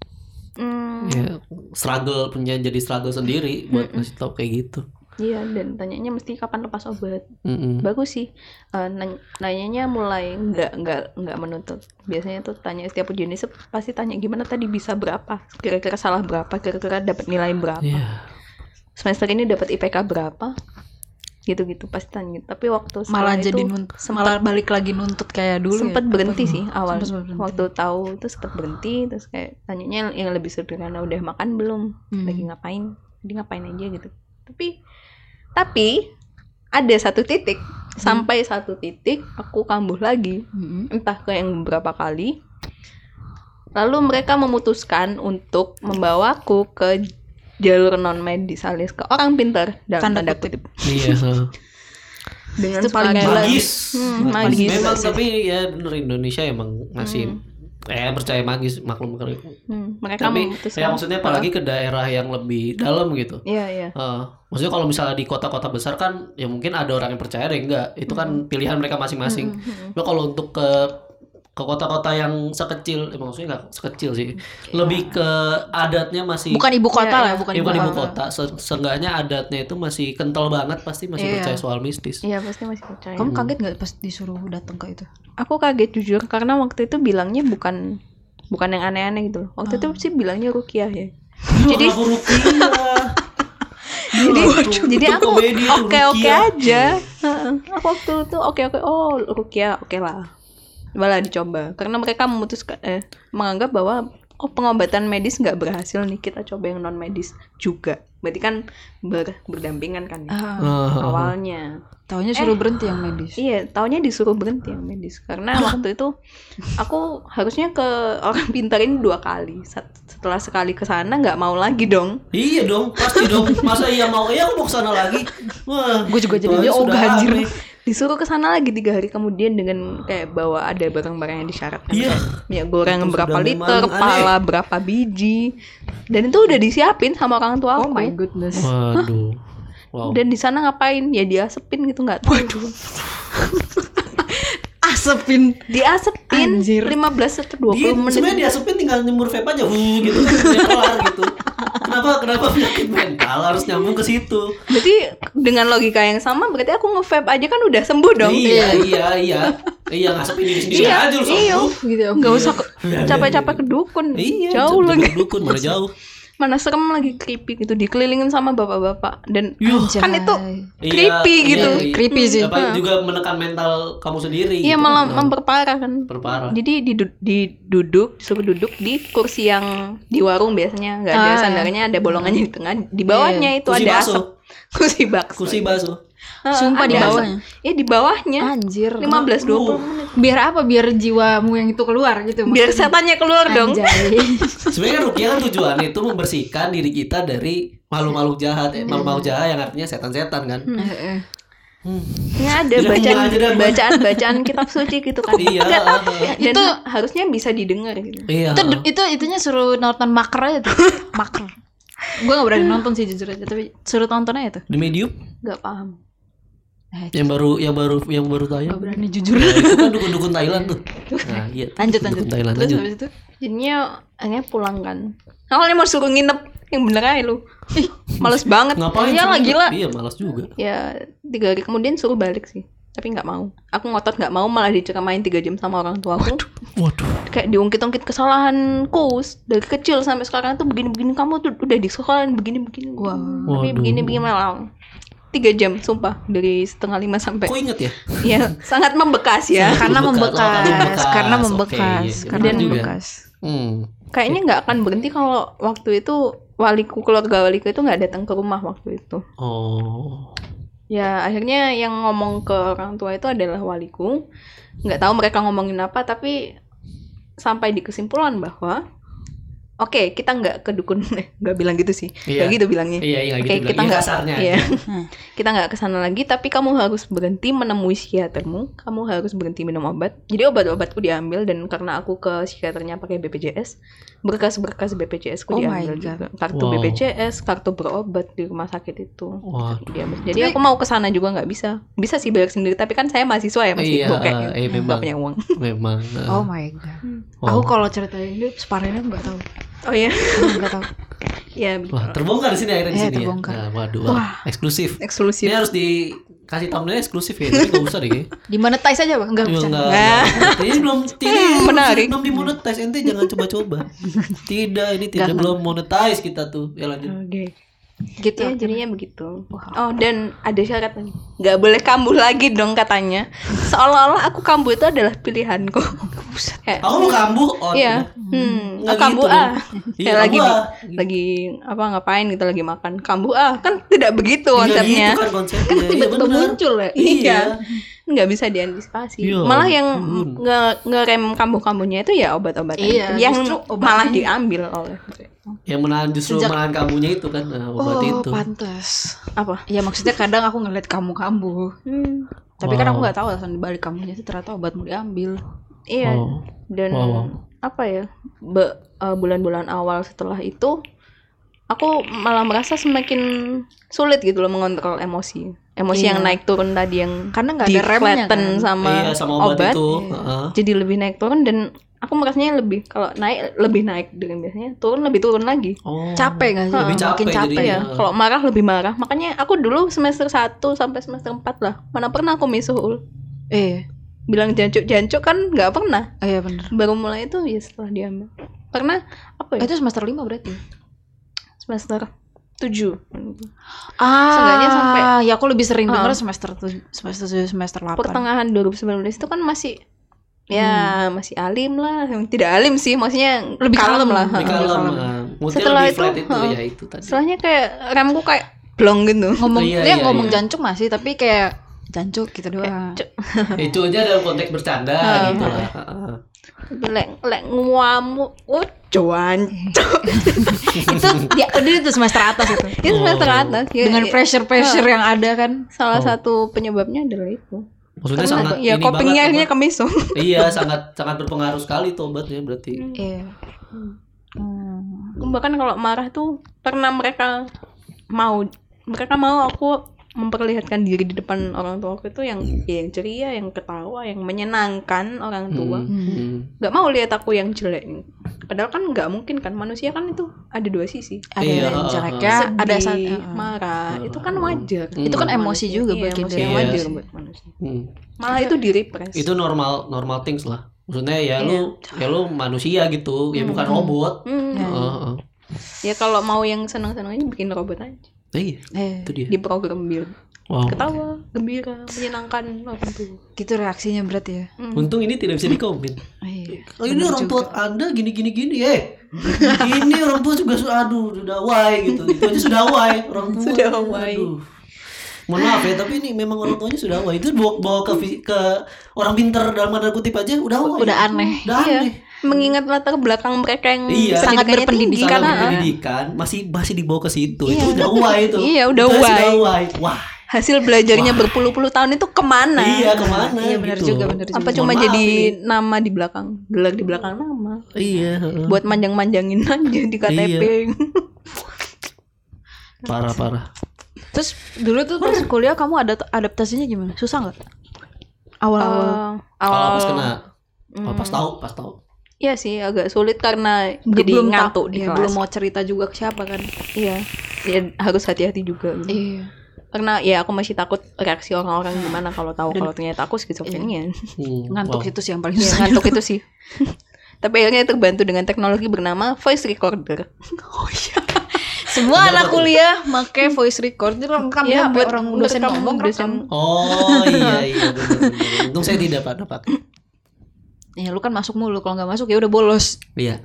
hmm, Ya, struggle punya jadi struggle sendiri buat ngasih tau kayak gitu. iya, dan tanyanya mesti kapan lepas obat. Mm-mm. Bagus sih. Eh, nany- nanyanya mulai nggak nggak nggak menuntut. Biasanya tuh tanya setiap ujian itu pasti tanya gimana tadi bisa berapa, kira-kira salah berapa, kira-kira dapat nilai berapa, Iya. semester ini dapat I P K berapa, gitu-gitu pasti tanya. Tapi waktu Malah setelah jadi itu nuntut, sempat malah balik lagi nuntut kayak dulu. sempat ya? berhenti Apa? sih awal. Sempat berhenti. Waktu tahu itu sempat berhenti, terus kayak tanyanya yang lebih sederhana, udah makan belum, Hmm. lagi ngapain, jadi ngapain aja gitu. Tapi tapi ada satu titik, sampai satu titik aku kambuh lagi, Mm-mm. entah ke yang beberapa kali. Lalu mereka memutuskan untuk membawaku ke jalur non medis alias ke orang pintar dalam Tanda tanda, kutip. kutip. Iya. heeh. Dengan Itu paling sukarela. Magis. Hmm, Magis. magis. Memang tapi ya bener Indonesia emang ngasih Eh percaya magis maklum. Hmm, mereka Tapi memutuskan. ya maksudnya apalagi ke daerah yang lebih dalam gitu. Iya, iya. Uh, maksudnya kalau misalnya di kota-kota besar kan ya mungkin ada orang yang percaya ada yang enggak. Itu kan pilihan mereka masing-masing. Nah, kalau untuk ke ke kota-kota yang sekecil, eh, maksudnya nggak sekecil sih, lebih ke adatnya masih Bukan ibu kota Iya, lah, iya. bukan ya, ibu bukan ibu kota. kota. Se- Seenggaknya adatnya itu masih kental banget, pasti masih Iya. percaya soal mistis. Iya, pasti masih percaya. Kamu kaget nggak pas disuruh datang ke itu? Aku kaget jujur karena waktu itu bilangnya bukan bukan yang aneh-aneh gitu loh. Waktu itu sih bilangnya ruqyah ya. Jadi rukiah. Jadi jadi itu aku komedi tuh, oke-oke ruqyah. aja. Heeh. Aku waktu itu oke-oke. Oh, ruqyah, oke lah. Malah dicoba karena mereka memutuskan eh menganggap bahwa oh pengobatan medis nggak berhasil nih, kita coba yang non medis juga. Berarti kan ber, berdampingan kan ya, Ah, awalnya. taunya suruh berhenti yang medis. Iya, taunya disuruh berhenti yang medis karena waktu itu aku harusnya ke orang pintar ini dua kali. Sat- Setelah sekali ke sana nggak mau lagi dong. Iya dong, pasti dong. Masa iya mau? Iya aku mau kesana lagi. Wah, Gue juga jadi wah, dia sudah ogah anjir. aneh. Disuruh ke sana lagi tiga hari kemudian dengan kayak bawa ada barang-barang yang disyaratkan, Iya. kayak minyak goreng Itu berapa sudah liter, memang pala berapa biji, dan itu udah disiapin sama orang tua Oh aku. my goodness. Waduh. Wow. Dan di sana ngapain? Ya diasepin gitu, nggak tahu. Waduh. Asepin. Diasepin Anjir. lima belas atau dua Dia puluh sebenarnya menit. diasupin tinggal nyembur vape aja, wuh, gitu kan udah kelar gitu. Kenapa kenapa penyakit mental harus nyambung ke situ? Berarti dengan logika yang sama berarti aku nge-vape aja kan udah sembuh dong. Iya iya iya. Iya ngasupin diri sendiri Iya, aja lu iya. sembuh. Gitu. Nggak usah ke- Iya, iya, capek-capek ke dukun. Iya, Jauh jauh lagi. dukun mana jauh. Mana serem lagi, creepy gitu, dikelilingin sama bapak-bapak dan Yuh. kan itu Iya, creepy iya, gitu. iya. Creepy sih. Apa juga menekan mental kamu sendiri. Iya, gitu malah kan. memperparah kan. Memperparah. Jadi didu- diduduk, disuruh duduk di kursi yang di warung biasanya nggak ada Ah, sandarnya, ada bolongannya di tengah. Di bawahnya itu Kursi ada bakso. asap. Kursi bakso. Kursi bakso. Heeh, Sumpah ada di asap. bawahnya. Iya di bawahnya. Anjir. lima belas dua puluh Uh. menit. Biar apa? Biar jiwamu yang itu keluar gitu. Biar maksudnya. setannya keluar dong. Anjay. Sebenarnya ruqyah kan tujuannya itu membersihkan diri kita dari makhluk-makhluk jahat, eh, makhluk-makhluk jahat yang artinya setan-setan kan. Heeh. Hmm. Ini ada Jadi aku bacaan mulai aja dah, Bang. bacaan-bacaan kitab suci gitu kan. Iya, Dan ah, ah. itu Itu- harusnya bisa didengar gitu. Iya. Itu itu itunya suruh nonton maker aja tuh. Maker. Gue gak berani nonton sih jujur aja, tapi suruh tonton aja tuh. Di Medium Nggak paham. Eh, yang baru yang baru yang baru gak tayang. berani jujur. Nah, itu kan dukun-dukun Thailand tuh. Nah, iya. Lanjut Dukun lanjut. Thailand Terus lanjut. habis itu Jadinya akhirnya pulang kan. Awalnya mau suruh nginep, yang bener aja lu. Ih, males banget. Ngapain? Iyalah, sih? gila. Iya, malas juga. Ya tiga hari kemudian suruh balik sih. Tapi nggak mau. Aku ngotot nggak mau, malah diceramain tiga jam sama orang tua aku. Waduh. Kayak diungkit-ungkit kesalahanku dari kecil sampai sekarang tuh begini-begini, kamu tuh udah di sekolah begini-begini. Wah. Tapi Waduh. begini-begini malah. Tiga jam, sumpah, dari setengah lima sampai. Kok inget ya? Ya sangat membekas ya. karena Membekas. membekas, Oh, membekas. karena Oke, membekas, iya, iya. karena Benar juga. membekas. Hmm. Kayaknya nggak akan berhenti kalau waktu itu waliku, keluarga waliku itu nggak datang ke rumah waktu itu. Oh. Ya akhirnya yang ngomong ke orang tua itu adalah waliku. Nggak tahu mereka ngomongin apa, tapi sampai di kesimpulan bahwa oke, kita nggak ke dukun, nggak bilang gitu sih, Iya. nggak gitu bilangnya. Iya, iya Oke, gitu. kita bilang. Iya, nggak, kasarnya. iya. Hmm. Kita nggak kesana lagi, tapi kamu harus berhenti menemui psikiatermu, kamu harus berhenti minum obat. Jadi obat-obatku diambil, dan karena aku ke psikiaternya pakai B P J S, berkas-berkas B P J S ku Oh my diambil God. juga, kartu Wow. B P J S, kartu berobat di rumah sakit itu. Waduh. Diambil. Jadi aku mau kesana juga nggak bisa, bisa sih bayar sendiri, tapi kan saya mahasiswa ya, masih Iya, bokek, eh, nggak memang. punya uang. Memang. nah. Oh my god. Wow. Aku kalau ceritain dia separahnya nggak tahu. Oh iya, Nggak tahu. ya begitu. Wah, terbongkar di sini akhirnya di Eh, sini terbongkar. ya. Nah, waduh, wah, eksklusif. Eksklusif. Ini harus dikasih thumbnailnya eksklusif ya, tapi nggak usah deh. kayaknya. Dimonetize aja bang? Enggak Iya, bisa. enggak, Nah. enggak. Ini belum ini Menarik. belum dimonetize, ente jangan coba-coba. Tidak, ini tidak Enggak. belum monetize kita tuh. Ya lanjut. Oke. Gitu. Ya, jadinya begitu. Oh, dan ada syarat lagi. Nggak boleh kambuh lagi dong katanya. Seolah-olah aku kambuh itu adalah pilihanku. Kayak, Aku mau kambuh, oh. iya. Hmm, Nggak oh, kambuh gitu ah. dong. Iya, Kayak lagi kambuh di- ah. lagi apa ngapain kita lagi makan. Kambuh ah. Kan tidak begitu Iya, konsepnya. gitu kan konsepnya. Kan Iya, tiba-tiba benar. muncul ya. Iya. Nggak bisa diantisipasi. Iya, Malah yang ampun. nge ngerem kambuh-kambuhnya itu ya obat-obatan. Iya, yang justru obatnya. malah diambil oleh Yang menahan justru Sejak- menahan kamunya itu kan nah, obat Oh, itu. pantes. apa? Ya maksudnya kadang aku ngeliat kamu kambuh. Hmm, Tapi kan aku Wow. nggak tahu alasan dibalik kamunya itu ternyata obatmu diambil. iya. Oh. Dan Wow, wow. apa ya be- uh, bulan-bulan awal setelah itu aku malah merasa semakin sulit gitu loh mengontrol emosi emosi Iya. yang naik turun tadi yang Karena nggak ada remnya di-flatten kan. sama, Iya, sama obat, obat, itu. Iya. Heeh. jadi lebih naik turun dan aku merasanya lebih kalau naik lebih naik dengan biasanya turun lebih turun lagi. Oh. Capek nggak sih? Lebih Makin capek capek jadinya. ya. Ya, kalau marah lebih marah. Makanya aku dulu semester satu sampai semester empat lah. Mana pernah aku misuh ul. Iya. Bilang jancuk-jancuk kan nggak pernah. Oh, iya bener. Baru mulai itu ya setelah diambil. Pernah apa ya? Itu semester lima berarti. Semester tujuh. Ah, Seenggaknya sampai ya aku lebih sering Ah. denger semester tujuh, semester tujuh, semester delapan. pertengahan dua ribu sembilan belas itu kan masih ya masih alim lah. Yang tidak alim sih, maksudnya Lebih kalem. lah. Lebih Lebih kalem. kalem. ah. Moodnya Setelah lebih itu, flat itu heeh. ya itu tadi. Setelahnya kayak remku kayak blong gitu. Ngomong Iya, dia iya, ngomong iya. jancuk masih tapi kayak jancuk gitu doang. Cuk. Itu aja dalam konteks bercanda Ah. gitu lah. Heeh. Lek lek ngamuk, oh cuan. itu dia itu semester atas itu. Itu semester Oh. atas. Ya, Dengan ya, pressure-pressure yang ada kan. salah Oh. satu penyebabnya adalah itu. Maksudnya Karena sangat ya ini copingnya banget, akhirnya apa? kemiso. Iya, sangat sangat berpengaruh sekali tuh obatnya berarti. Iya. Hmm. Bahkan kalau marah tuh pernah mereka mau mereka mau aku memperlihatkan diri di depan orang tua aku itu yang ya, yang ceria, yang ketawa, yang menyenangkan orang tua. Hmm. Hmm. Nggak mau lihat aku yang jelek. Padahal kan nggak mungkin kan, manusia kan itu ada dua sisi. Ada Iya, yang uh, jeleknya, Sedih, ada saat marah, itu kan wajar. Hmm. Itu kan Buat emosi manusia. juga Iya, bagi emosi dia. yang Iya wajar sih. buat manusia. Hmm. Malah itu direpress. Itu normal normal things lah. Maksudnya ya Iya. lu ya lu manusia gitu, ya bukan robot. Hmm. Ya. Heeh, heeh. Ya kalau mau yang senang-senang aja bikin robot aja. Iya, Eh, itu dia. Diprogram biar Wow. ketawa, gembira, menyenangkan orang tua. gitu reaksinya berarti ya. Untung ini tidak bisa dikomen. Oh, iya. Oh, ini orang tua Anda gini gini gini eh. Ini orang tua juga sudah aduh sudah why gitu. Itu aja sudah why orang tua. Sudah why. Aduh. Mohon maaf ya, tapi ini memang orang tuanya sudah why. Itu bawa, bawa ke fi- ke orang pintar dalam tanda kutip aja udah why. Udah aneh. Udah Iya. aneh. Mengingat latar belakang mereka yang Iya. Sangat pendidikannya berpendidikan. tinggi, Sangat karena berpendidikan masih masih dibawa ke situ. Iya. Itu udah why itu. Iya, udah Itu why. Sudah why. Wah. hasil belajarnya berpuluh-puluh tahun itu kemana? Iya, kemana? Iya, benar gitu. juga, benar juga. Apa Mohon cuma maaf jadi ini. nama di belakang, gelar di belakang nama, Iya, heeh. buat manjang-manjangin aja di K T P. Iya. Parah-parah. Terus dulu tuh pas kuliah kamu ada adaptasinya gimana? Susah nggak? Awal-awal. Eh, Oh, awal pas kena. Oh, pas tahu, pas tahu. Iya sih agak sulit karena jadi belum ngantuk ta- di iya, kelas. belum mau cerita juga ke siapa kan? Iya, ya, harus hati-hati juga. gitu. Iya. Karena ya aku masih takut reaksi orang-orang gimana kalau tahu kalau ternyata aku skizofrenia. Hmm, Ngantuk wow. itu sih yang paling Ya, susah. ngantuk itu sih. Tapi akhirnya terbantu dengan teknologi bernama voice recorder. Oh iya. Semua anak kuliah pakai voice recorder rekam Iya, ya buat buat orang dosen ngerekam ngomong dosen. rekam. Oh iya iya benar-benar. Untung saya tidak dapat dapat. Ya lu kan masuk mulu, kalau nggak masuk ya udah bolos. Iya.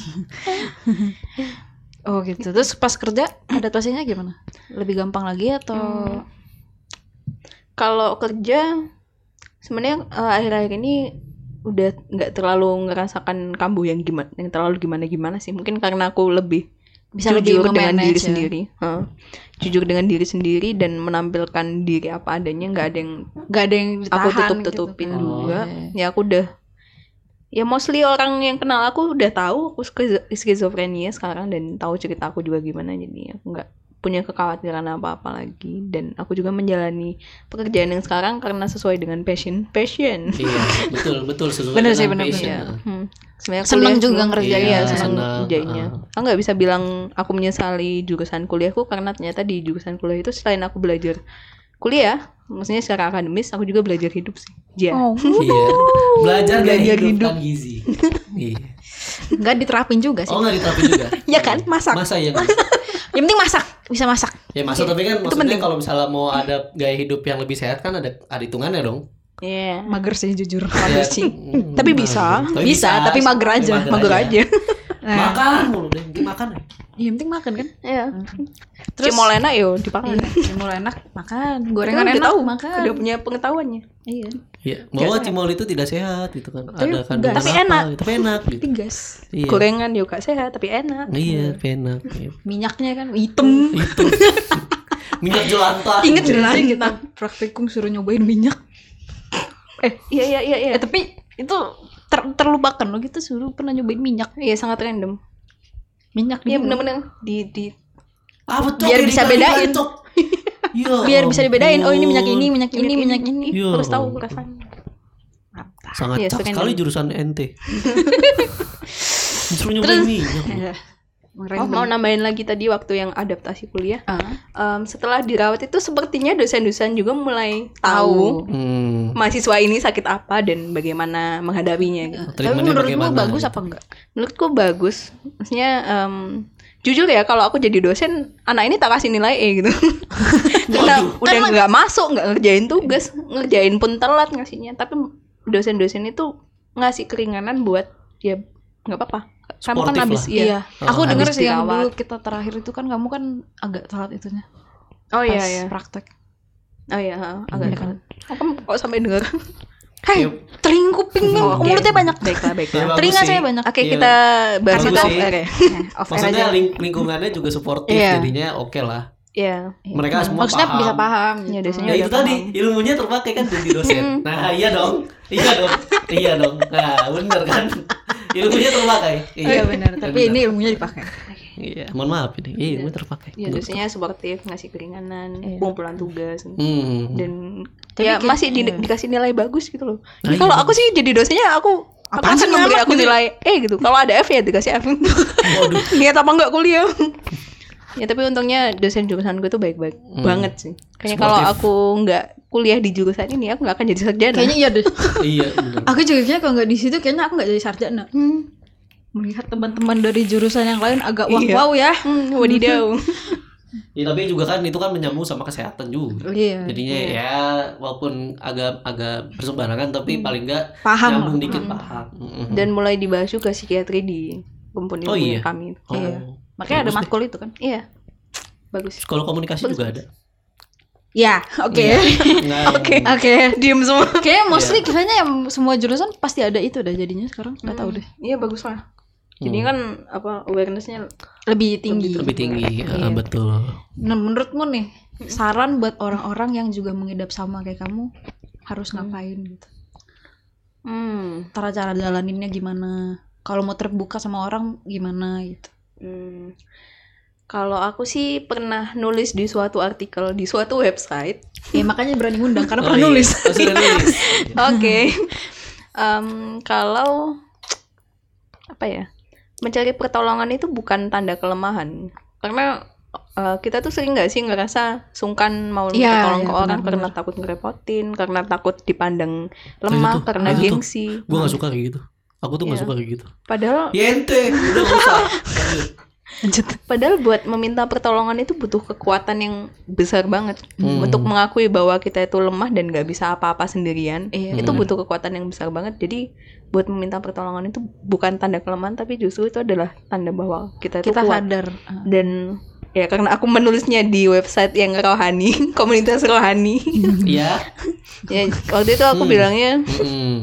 Oh gitu. Terus pas kerja adaptasinya gimana? Lebih gampang lagi atau? Hmm. Kalau kerja sebenarnya eh, akhir-akhir ini udah nggak terlalu ngerasakan kambuh yang gimana, yang terlalu gimana-gimana sih. Mungkin karena aku lebih Bisa jujur lebih dengan memanage diri ya? sendiri, Heeh. jujur dengan diri sendiri dan menampilkan diri apa adanya, nggak ada yang Nggak ada yang aku ditahan tutup-tutupin gitu kan. juga. Oh, Ya aku udah, ya mostly orang yang kenal aku udah tahu aku skizo- skizofrenia sekarang dan tahu cerita aku juga gimana, jadi aku nggak punya kekhawatiran apa-apa lagi dan aku juga menjalani pekerjaan yang sekarang karena sesuai dengan passion, passion. Iya, betul betul sesuai Bener sih, dengan bener, passion. Iya. Hmm. Sebenarnya Seneng kuliah juga belum- ngerjain, iya, ya, seneng seneng. ngerjainnya. Ah. Aku nggak bisa bilang aku menyesali jurusan kuliahku karena ternyata di jurusan kuliah itu selain aku belajar kuliah, maksudnya secara akademis, aku juga belajar hidup sih. Ja. Oh, Iya. Belajar gaya Belajar hidup, hidup. kan gizi. Iya. nggak diterapin juga sih. Oh nggak diterapi juga. Ya kan, masak. Masa ya? Yang penting masak, bisa masak. Ya masa tapi kan maksudnya penting. kalau misalnya mau ada gaya hidup yang lebih sehat kan ada ada hitungannya dong. Iya. Mager sih jujur. Ya, sih. mm, Tapi bisa. Tapi Bisa, tapi mager aja. Mager aja. Nah, Makan mulu deh, penting makan. ya. yang penting makan kan. Iya. Terus Cimol enak yo dipakai. iya, cimol enak makan, gorengan Kan udah enak tahu, makan. udah punya pengetahuannya. Iya. Iya, bahwa cimol itu tidak sehat gitu kan. Tapi Ada kandungan tapi apa, enak. Tapi enak gitu. Tigas. Iya. Gorengan yo gak sehat tapi enak. Iya, tapi enak. Iya. Minyaknya kan hitam. Itu. Minyak jelantah. Ingat jelas kita praktikum suruh nyobain minyak. Eh, iya iya iya iya. Eh tapi Itu ter terlupakan loh, kita suruh pernah nyobain minyak. Iya sangat random. Minyak Iya dingin. bener-bener di di Apa cok? Biar Ini bisa kali bedain. cok. Ya Biar bisa dibedain, oh ini minyak ampun. ini, minyak ini, minyak ini. Ya harus tahu ampun. rasanya. Sangat Iya, cap random. sekali jurusan ente. Justru nyobain minyak. Ya. Oh, mau nambahin lagi tadi waktu yang adaptasi kuliah. Ah. Em, setelah dirawat itu sepertinya dosen-dosen juga mulai tahu Hmm. mahasiswa ini sakit apa dan bagaimana menghadapinya gitu. Tapi Treatmentnya menurutmu bagaimana bagus gitu? apa enggak? Menurutku bagus. Maksudnya em, jujur ya kalau aku jadi dosen, anak ini tak kasih nilai E gitu. Karena udah nggak masuk, nggak ngerjain tugas, ngerjain pun telat ngasihnya. Tapi dosen-dosen itu ngasih keringanan buat ya nggak apa-apa. Kamu kan Sportif habis lah. iya. Iya. Aku Habis dengar sih yang dirawat. dulu kita terakhir itu kan kamu kan agak telat itunya. Oh iya Pas iya. praktek. Oh iya, ha, agak Iya kan. Aku kok sampai dengar. Hai, Yuk. Telinga kuping Oh, oke. mulutnya banyak. Baiklah, Ya, baiklah. bagus Telinga sih. saya banyak. Oke, Iya. kita bahas Bagus itu sih. off air ya. Off air Maksudnya aja. ling- lingkungannya juga suportif, Iya. jadinya oke lah. Iya. Mereka semua Maksudnya paham. bisa paham. Iya, gitu. dosennya Ya udah itu tadi paham. ilmunya terpakai kan jadi dosen. Nah iya dong, iya dong, iya dong. Nah bener kan, ilmunya terpakai. Iya benar, tapi bener. ini ilmunya dipakai. Iya, mohon maaf ini, iya ilmunya terpakai. Iya, dosennya suportif, ngasih keringanan, pengumpulan tugas. Hmm. Dan Tapi ya kayak- masih di- iya. dikasih nilai bagus gitu loh. Nah, Ya, kalau iya. aku sih jadi dosennya aku aku Apaan akan sih memberi nyamak aku gitu? nilai E gitu. Kalau ada F ya dikasih F. Waduh. Niat apa enggak kuliah? Ya tapi untungnya dosen jurusan gue tuh baik-baik banget sih. Kayaknya kalau Sportif. aku nggak kuliah di jurusan ini aku nggak akan jadi sarjana. Kayaknya iya deh. Iya bener. Aku juga kayaknya kalau nggak di situ kayaknya aku nggak jadi sarjana. Hmm. Melihat teman-teman dari jurusan yang lain agak wow Iya. wow ya. Hmm, wadidaw. Ya, tapi juga kan itu kan menyambung sama kesehatan juga. Iya. Jadinya ya walaupun agak agak bersebarangan tapi paling enggak Paham nyambung lah. dikit paham. Mm-mm. Dan mulai dibahas juga psikiatri di kumpul Oh, iya? kami. Oh. Iya. Makanya ada Bagus deh. matkul itu kan. Iya. Bagus. Sekolah komunikasi juga ada. Ya, oke. Nah, Oke. Oke. Diem semua. Kayaknya mostly kayaknya yang semua jurusan pasti ada itu dah jadinya sekarang. Nggak tahu deh. Iya bagus lah. Jadi kan apa awarenessnya Lebih tinggi. lebih tinggi, Iya. ah, betul. Nah, menurutmu nih, saran buat orang-orang yang juga mengidap sama kayak kamu harus ngapain gitu? Hmm. Cara-cara jalaninnya gimana? Kalau mau terbuka sama orang gimana gitu? Hmm. Kalau aku sih pernah nulis di suatu artikel di suatu website. Ya makanya berani ngundang karena Oh, pernah iya. nulis. Oh, sudah nulis. Oke. Em, kalau apa ya? Mencari pertolongan itu bukan tanda kelemahan. Karena eh, kita tuh sering nggak sih ngerasa sungkan mau minta Iya, tolong iya, ke orang benar-benar. karena takut ngerepotin, karena takut dipandang Nah, lemah, itu tuh, karena itu tuh. gengsi. Gue gak suka kayak gitu. Aku tuh gak Iya. suka kayak gitu. Padahal Ya ente, udah gak usah. Lanjut. Padahal buat meminta pertolongan itu butuh kekuatan yang besar banget Hmm. untuk mengakui bahwa kita itu lemah dan nggak bisa apa-apa sendirian. Iya, Itu benar. butuh kekuatan yang besar banget. Jadi buat meminta pertolongan itu bukan tanda kelemahan, tapi justru itu adalah tanda bahwa kita itu Kita kuat. sadar. Dan ya karena aku menulisnya di website yang rohani, komunitas rohani. Iya. Ya waktu itu aku Hmm. bilangnya Mm-mm.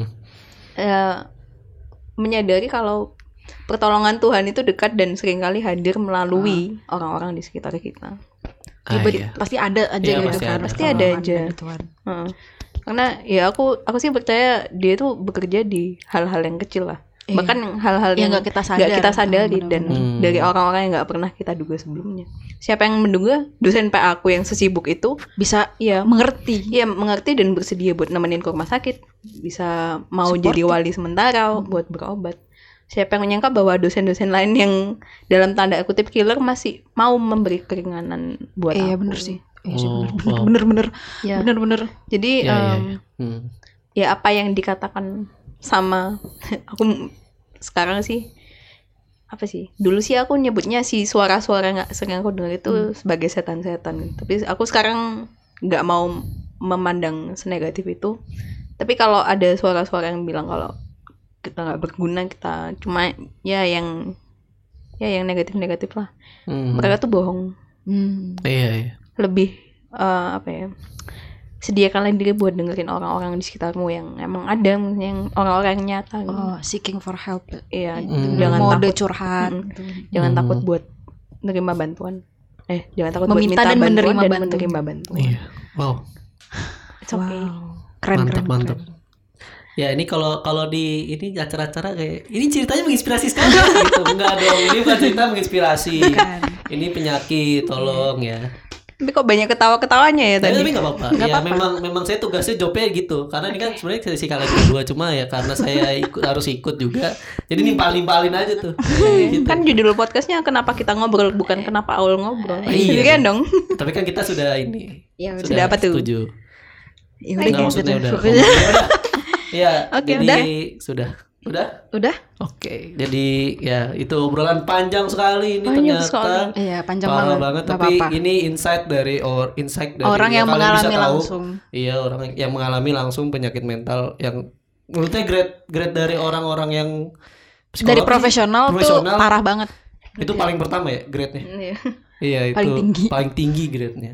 ya, menyadari kalau pertolongan Tuhan itu dekat dan seringkali hadir melalui orang-orang di sekitar kita. Ah, Ya, ber- iya. Pasti ada aja Iya, gitu pasti kan. ada. Pasti ada pertolongan aja. dari Tuhan. Heeh. Karena ya aku aku sih percaya dia tuh bekerja di hal-hal yang kecil lah. Iya. Bahkan hal-hal Yang yang nggak kita nggak sadar. kita sadari Hmm, dan benar-benar. dari orang-orang yang nggak pernah kita duga sebelumnya. Siapa yang menduga dosen P A aku yang sesibuk itu Bisa ya mengerti. Iya mengerti dan bersedia buat nemenin ke rumah sakit, bisa mau Supportive. jadi wali sementara buat berobat. Siapa yang menyangka bahwa dosen-dosen lain yang dalam tanda kutip killer masih mau memberi keringanan buat Iya aku. bener sih. Iya sih Oh, bener, wow. bener bener Ya. bener bener. Jadi Iya, iya, em, iya. Hmm. ya apa yang dikatakan sama aku sekarang sih apa sih? Dulu sih aku nyebutnya si suara-suara nggak sering aku dengar itu Hmm. sebagai setan-setan. Tapi aku sekarang nggak mau memandang senegatif itu. Tapi kalau ada suara-suara yang bilang kalau kita nggak berguna, kita cuma ya yang ya yang negatif-negatif lah. Hmm. Mereka tuh bohong. Hmm. Iya, iya. Lebih eh, apa ya? Sediakanlah diri buat dengerin orang-orang di sekitarmu yang emang ada, yang orang-orang yang nyata. Gitu. Oh, seeking for help. Iya, Hmm. jangan Mode takut curhat. Hmm. gitu. jangan Hmm. takut buat menerima bantuan. Eh, jangan takut Meminta buat minta dan bantuan menerima dan bantuan. menerima bantuan. Iya. Wow. It's okay. Wow. Keren Mantap, keren. mantap. keren. Ya ini kalau kalau di ini acara-acara kayak ini ceritanya menginspirasi sekali ya, gitu. Enggak dong, ini bukan cerita menginspirasi. Ini penyakit, tolong ya. Tapi kok banyak ketawa-ketawanya ya Tapi, tadi? tapi nggak apa-apa. Nggak Ya apa-apa. memang memang saya tugasnya jawabnya gitu. Karena ini kan sebenarnya sesi kalian berdua cuma ya karena saya ikut harus ikut juga. Jadi nimpal-nimpalin aja tuh. Gitu. Kan judul podcastnya kenapa kita ngobrol bukan kenapa Aul ngobrol. Iya. Iya dong. Tapi kan kita sudah ini. Ya, sudah apa tuh? Setuju. Ya Nggak, udah, maksudnya gitu. udah. Ya udah. Iya, Oke, jadi udah. sudah. Udah? Udah? Oke. Jadi ya itu obrolan panjang sekali ini Panjang ternyata. sekali. Iya, panjang Parah banget. banget, Nggak tapi apa-apa. ini insight dari or insight dari Orang ya yang kalian mengalami bisa tahu. langsung. Iya, orang yang mengalami langsung penyakit mental yang menurutnya grade grade dari orang-orang yang psikolog Dari sih, profesional, profesional tuh parah banget. itu paling pertama ya grade-nya. Iya. Iya, itu Paling tinggi. paling tinggi grade-nya.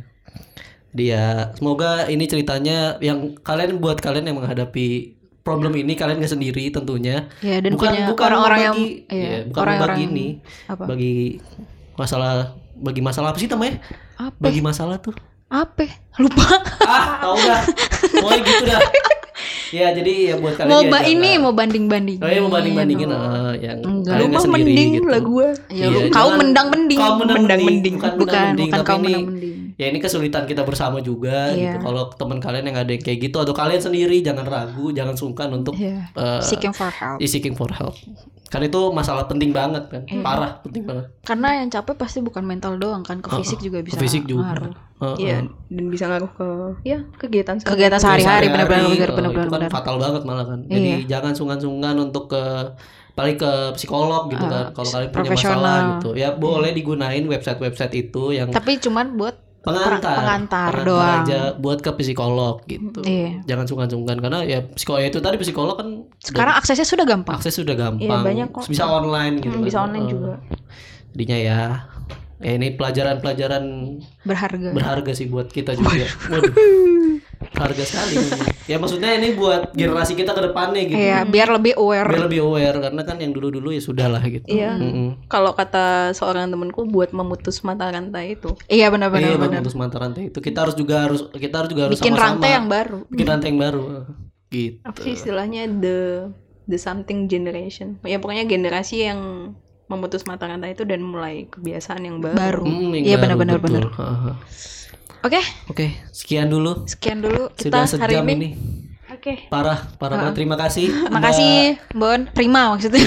Dia semoga ini ceritanya yang kalian buat kalian yang menghadapi problem ini kalian nggak sendiri tentunya. Ya, dan bukan punya bukan orang-orang yang membagi, iya, ya, bukan orang-orang membagi yang- ini apa? bagi masalah bagi masalah apa sih namanya? Apa? Bagi masalah tuh. Apa? Lupa. Ah, tahu dah. Pokoknya gitu dah. Ya, jadi ya buat kalian Mau ya ba jangan- ini mau banding-banding. Oh iya, mau banding-bandingin eh, yang Enggak. kalian Lu nggak mah sendiri mending gitu. lah gua. Ya, Iya, lu kaum jangan- mendang-mending. kaum mendang-mending, Mendang-mending. bukan Bukan, mendang-mending, bukan tapi kaum ini mendang-mending. ya ini kesulitan kita bersama juga Iya. gitu. Kalau teman kalian yang ada yang kayak gitu atau kalian sendiri jangan ragu, jangan sungkan untuk Iya. eh, Seeking for help. is seeking for help. Karena itu masalah penting banget kan, parah penting banget. Karena yang capek pasti bukan mental doang kan, ke fisik juga bisa Ke fisik juga. ngaruh. Heeh. Iya, dan bisa ngaruh ke ya kegiatan sehari- Kegiatan sehari-hari Sehari-hari, benar-benar eh, benar itu benar kan benar. fatal banget malah kan. Jadi Iya. jangan sungkan-sungkan untuk ke paling ke psikolog gitu kan. Kalau kalian punya profesional. masalah gitu, ya boleh digunain website-website itu yang Tapi cuman buat pengantar, pengantar doang. aja buat ke psikolog gitu. Iya. Jangan sungkan-sungkan karena ya psikolog itu tadi psikolog kan sekarang aksesnya sudah gampang. akses sudah gampang. Iya, banyak kok. Bisa online gitu. Hmm, kan. bisa online Eh, juga. Jadinya ya ya ini pelajaran-pelajaran Berharga. berharga sih buat kita juga. Waduh. Berharga sekali. Ya maksudnya ini buat generasi kita ke depannya gitu. Iya, biar lebih aware. Biar lebih aware karena kan yang dulu-dulu ya sudah lah gitu. Iya. Mm-mm. Kalau kata seorang temanku buat memutus mata rantai itu. Iya benar-benar Iya, benar. memutus mata rantai itu kita harus juga harus kita harus juga harus Bikin sama-sama rantai yang baru. bikin rantai yang baru gitu. Apa sih istilahnya the the something generation. Ya pokoknya generasi yang memutus mata rantai itu dan mulai kebiasaan yang baru. Baru. Hmm, yang Iya baru, benar-benar betul. benar. Haha. Oke, Oke, sekian dulu. sekian dulu kita Sudah hari sejam ini. ini. Oke. Parah, parah banget. Terima kasih. Makasih, Bon. Prima maksudnya.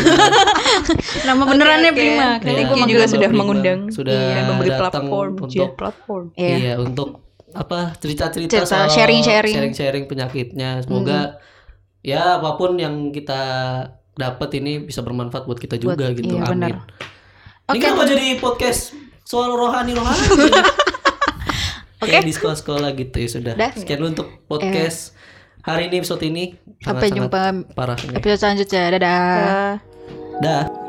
Nama benerannya oke. Prima. Mbak. Nanti Iya, gue Mbak juga Prima. sudah mengundang Sudah dan memberi datang platform, untuk- jet platform. Iya. Iya, untuk apa cerita-cerita Cerita, soal sharing-sharing. sharing-sharing penyakitnya. Semoga ya apapun yang kita dapat ini bisa bermanfaat buat kita juga Buat- gitu. iya, Amin. benar. Ini Oke. kenapa jadi podcast soal rohani-rohani? Oke. Kayak di sekolah-sekolah gitu ya sudah. Dah. Sekian dulu untuk podcast hari ini episode ini. Sampai Sangat-sangat jumpa parah ini. episode selanjutnya. Dadah. Uh, Dah.